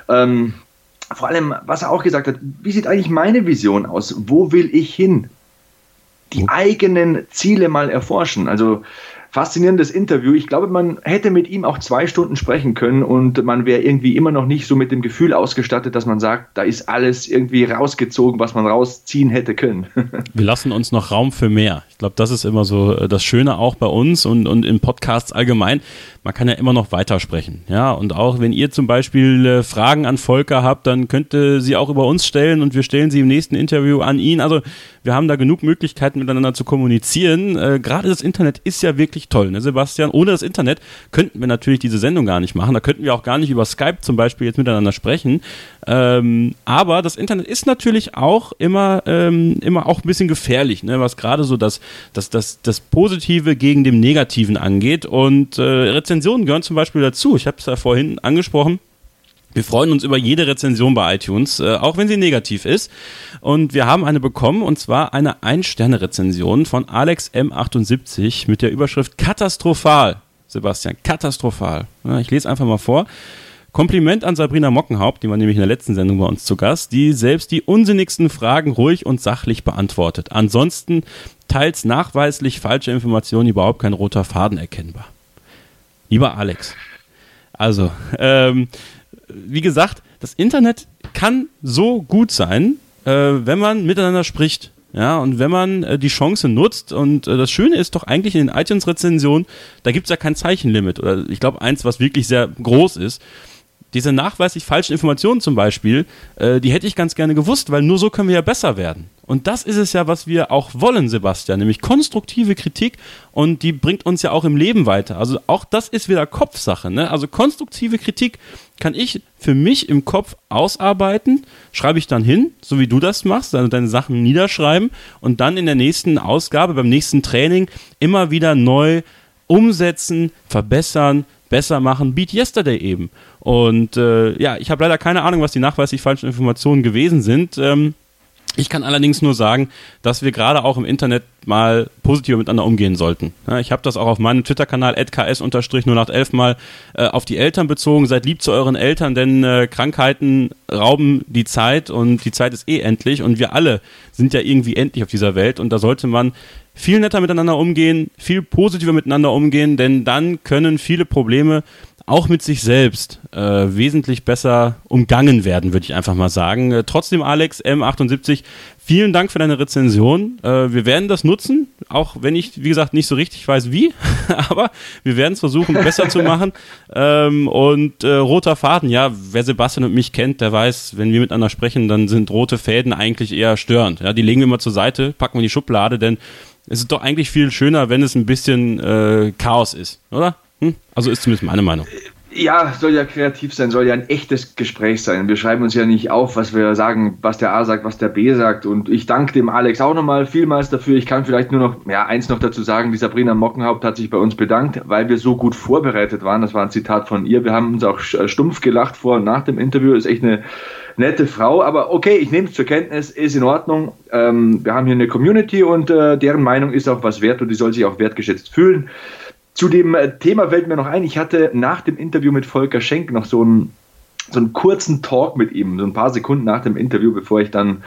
Vor allem, was er auch gesagt hat, wie sieht eigentlich meine Vision aus? Wo will ich hin? Die eigenen Ziele mal erforschen. Also faszinierendes Interview. Ich glaube, man hätte mit ihm auch 2 Stunden sprechen können und man wäre irgendwie immer noch nicht so mit dem Gefühl ausgestattet, dass man sagt, da ist alles irgendwie rausgezogen, was man rausziehen hätte können. Wir lassen uns noch Raum für mehr. Ich glaube, das ist immer so das Schöne auch bei uns und in Podcasts allgemein. Man kann ja immer noch weitersprechen. Ja, und auch wenn ihr zum Beispiel Fragen an Volker habt, dann könnt ihr sie auch über uns stellen und wir stellen sie im nächsten Interview an ihn. Also wir haben da genug Möglichkeiten miteinander zu kommunizieren. Gerade das Internet ist ja wirklich toll, ne, Sebastian? Ohne das Internet könnten wir natürlich diese Sendung gar nicht machen. Da könnten wir auch gar nicht über Skype zum Beispiel jetzt miteinander sprechen. Aber das Internet ist natürlich auch immer auch ein bisschen gefährlich, ne? Was gerade so das Positive gegen dem Negativen angeht. Und Rezensionen gehören zum Beispiel dazu. Ich habe es ja vorhin angesprochen. Wir freuen uns über jede Rezension bei iTunes, auch wenn sie negativ ist. Und wir haben eine bekommen, und zwar eine 1-Sterne-Rezension von Alex M78 mit der Überschrift Katastrophal. Sebastian, katastrophal. Ja, ich lese einfach mal vor. Kompliment an Sabrina Mockenhaupt, die war nämlich in der letzten Sendung bei uns zu Gast, die selbst die unsinnigsten Fragen ruhig und sachlich beantwortet. Ansonsten teils nachweislich falsche Informationen, überhaupt kein roter Faden erkennbar. Lieber Alex, also, wie gesagt, das Internet kann so gut sein, wenn man miteinander spricht. Ja, und wenn man die Chance nutzt, und das Schöne ist doch eigentlich in den iTunes-Rezensionen, da gibt es ja kein Zeichenlimit, oder ich glaube eins, was wirklich sehr groß ist. Diese nachweislich falschen Informationen zum Beispiel, die hätte ich ganz gerne gewusst, weil nur so können wir ja besser werden. Und das ist es ja, was wir auch wollen, Sebastian, nämlich konstruktive Kritik, und die bringt uns ja auch im Leben weiter. Also auch das ist wieder Kopfsache, ne? Also konstruktive Kritik kann ich für mich im Kopf ausarbeiten, schreibe ich dann hin, so wie du das machst, also deine Sachen niederschreiben und dann in der nächsten Ausgabe, beim nächsten Training immer wieder neu umsetzen, verbessern, besser machen, Beat Yesterday eben. Und ich habe leider keine Ahnung, was die nachweislich falschen Informationen gewesen sind. Ich kann allerdings nur sagen, dass wir gerade auch im Internet mal positiver miteinander umgehen sollten. Ja, ich habe das auch auf meinem Twitter-Kanal @ks_011 mal auf die Eltern bezogen. Seid lieb zu euren Eltern, denn Krankheiten rauben die Zeit und die Zeit ist endlich und wir alle sind ja irgendwie endlich auf dieser Welt und da sollte man viel netter miteinander umgehen, viel positiver miteinander umgehen, denn dann können viele Probleme auch mit sich selbst wesentlich besser umgangen werden, würde ich einfach mal sagen. Trotzdem, Alex M78, vielen Dank für deine Rezension. Wir werden das nutzen, auch wenn ich, wie gesagt, nicht so richtig weiß wie, aber wir werden es versuchen, besser zu machen. Roter Faden, ja, wer Sebastian und mich kennt, der weiß, wenn wir miteinander sprechen, dann sind rote Fäden eigentlich eher störend. Ja, die legen wir mal zur Seite, packen wir in die Schublade, denn es ist doch eigentlich viel schöner, wenn es ein bisschen Chaos ist, oder? Also ist zumindest meine Meinung. Ja, soll ja kreativ sein, soll ja ein echtes Gespräch sein. Wir schreiben uns ja nicht auf, was wir sagen, was der A sagt, was der B sagt. Und ich danke dem Alex auch nochmal vielmals dafür. Ich kann vielleicht nur noch eins noch dazu sagen. Die Sabrina Mockenhaupt hat sich bei uns bedankt, weil wir so gut vorbereitet waren. Das war ein Zitat von ihr. Wir haben uns auch stumpf gelacht vor und nach dem Interview. Ist echt eine nette Frau. Aber okay, ich nehme es zur Kenntnis, ist in Ordnung. Wir haben hier eine Community und deren Meinung ist auch was wert und die soll sich auch wertgeschätzt fühlen. Zu dem Thema fällt mir noch ein, ich hatte nach dem Interview mit Volker Schenk noch so ein so einen kurzen Talk mit ihm, so ein paar Sekunden nach dem Interview, bevor ich dann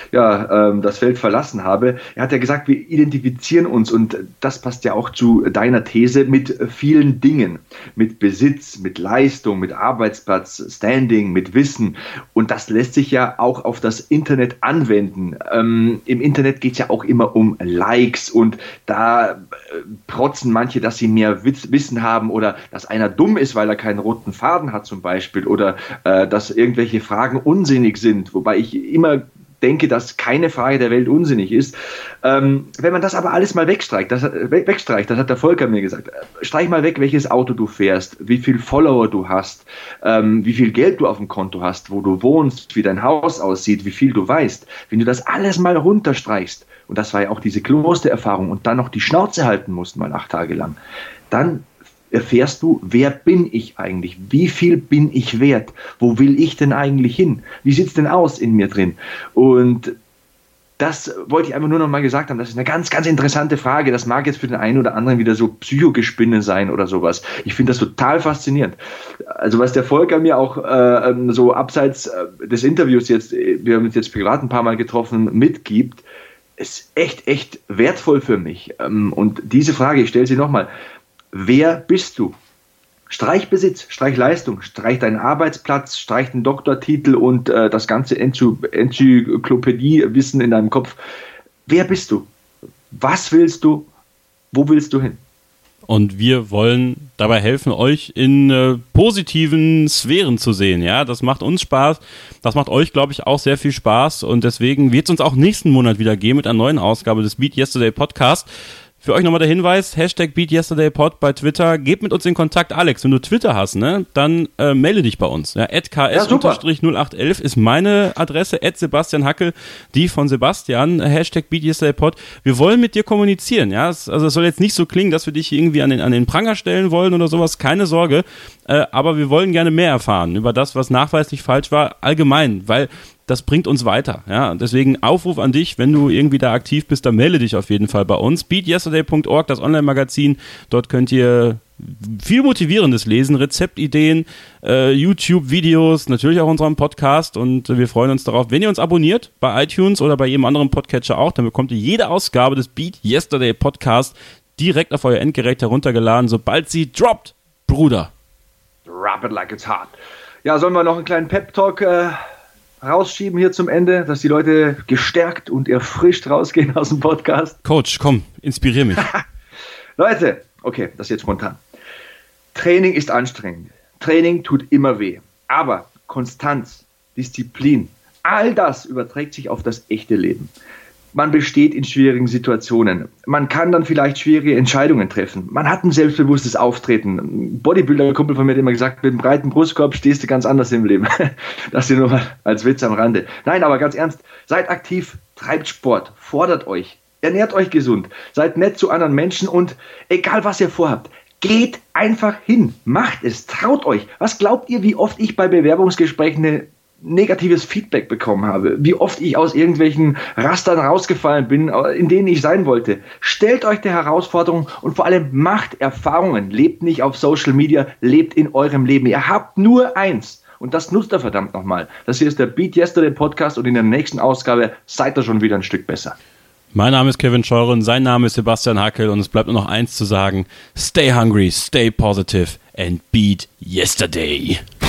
das Feld verlassen habe. Er hat ja gesagt, wir identifizieren uns, und das passt ja auch zu deiner These, mit vielen Dingen, mit Besitz, mit Leistung, mit Arbeitsplatz, Standing, mit Wissen, und das lässt sich ja auch auf das Internet anwenden. Im Internet geht es ja auch immer um Likes, und da protzen manche, dass sie mehr Wissen haben oder dass einer dumm ist, weil er keinen roten Faden hat zum Beispiel, oder dass irgendwelche Fragen unsinnig sind, wobei ich immer denke, dass keine Frage der Welt unsinnig ist. Wenn man das aber alles mal wegstreicht, das hat der Volker mir gesagt, streich mal weg, welches Auto du fährst, wie viel Follower du hast, wie viel Geld du auf dem Konto hast, wo du wohnst, wie dein Haus aussieht, wie viel du weißt. Wenn du das alles mal runterstreichst, und das war ja auch diese Klostererfahrung, und dann noch die Schnauze halten musst, mal 8 Tage lang, dann erfährst du, wer bin ich eigentlich? Wie viel bin ich wert? Wo will ich denn eigentlich hin? Wie sieht es denn aus in mir drin? Und das wollte ich einfach nur noch mal gesagt haben. Das ist eine ganz, ganz interessante Frage. Das mag jetzt für den einen oder anderen wieder so Psychogespinne sein oder sowas. Ich finde das total faszinierend. Also was der Volker mir auch so abseits des Interviews jetzt, wir haben uns jetzt privat ein paar Mal getroffen, mitgibt, ist echt wertvoll für mich. Und diese Frage, ich stelle sie nochmal. Wer bist du? Streich Besitz, streich Leistung, streich deinen Arbeitsplatz, streich den Doktortitel und das ganze Enzyklopädie-Wissen in deinem Kopf. Wer bist du? Was willst du? Wo willst du hin? Und wir wollen dabei helfen, euch in positiven Sphären zu sehen. Ja, das macht uns Spaß. Das macht euch, glaube ich, auch sehr viel Spaß. Und deswegen wird es uns auch nächsten Monat wieder geben mit einer neuen Ausgabe des Beat Yesterday Podcast. Für euch nochmal der Hinweis, Hashtag BeatYesterdayPod bei Twitter. Gebt mit uns in Kontakt. Alex, wenn du Twitter hast, ne, dann melde dich bei uns. Ja, @ks_0811 ist meine Adresse, @Sebastian Hackel, die von Sebastian, Hashtag BeatYesterdayPod. Wir wollen mit dir kommunizieren. Ja, es soll jetzt nicht so klingen, dass wir dich irgendwie an den Pranger stellen wollen oder sowas. Keine Sorge. Aber wir wollen gerne mehr erfahren über das, was nachweislich falsch war, allgemein, weil das bringt uns weiter. Ja? Deswegen Aufruf an dich, wenn du irgendwie da aktiv bist, dann melde dich auf jeden Fall bei uns. BeatYesterday.org, das Online-Magazin. Dort könnt ihr viel Motivierendes lesen, Rezeptideen, YouTube-Videos, natürlich auch unseren Podcast, und wir freuen uns darauf, wenn ihr uns abonniert bei iTunes oder bei jedem anderen Podcatcher auch, dann bekommt ihr jede Ausgabe des Beat Yesterday Podcast direkt auf euer Endgerät heruntergeladen, sobald sie droppt. Bruder. Drop it like it's hot. Ja, sollen wir noch einen kleinen Pep-Talk rausschieben hier zum Ende, dass die Leute gestärkt und erfrischt rausgehen aus dem Podcast? Coach, komm, inspirier mich. Leute, okay, das ist jetzt spontan. Training ist anstrengend. Training tut immer weh. Aber Konstanz, Disziplin, all das überträgt sich auf das echte Leben. Man besteht in schwierigen Situationen. Man kann dann vielleicht schwierige Entscheidungen treffen. Man hat ein selbstbewusstes Auftreten. Ein Bodybuilder-Kumpel von mir hat immer gesagt, mit einem breiten Brustkorb stehst du ganz anders im Leben. Das hier nur mal als Witz am Rande. Nein, aber ganz ernst, seid aktiv, treibt Sport, fordert euch, ernährt euch gesund, seid nett zu anderen Menschen, und egal was ihr vorhabt, geht einfach hin, macht es, traut euch. Was glaubt ihr, wie oft ich bei Bewerbungsgesprächen negatives Feedback bekommen habe, wie oft ich aus irgendwelchen Rastern rausgefallen bin, in denen ich sein wollte? Stellt euch der Herausforderung und vor allem macht Erfahrungen. Lebt nicht auf Social Media, lebt in eurem Leben. Ihr habt nur eins und das nutzt ihr verdammt nochmal. Das hier ist der Beat Yesterday Podcast, und in der nächsten Ausgabe seid ihr schon wieder ein Stück besser. Mein Name ist Kevin Scheuren, sein Name ist Sebastian Hackel, und es bleibt nur noch eins zu sagen: Stay hungry, stay positive and beat yesterday.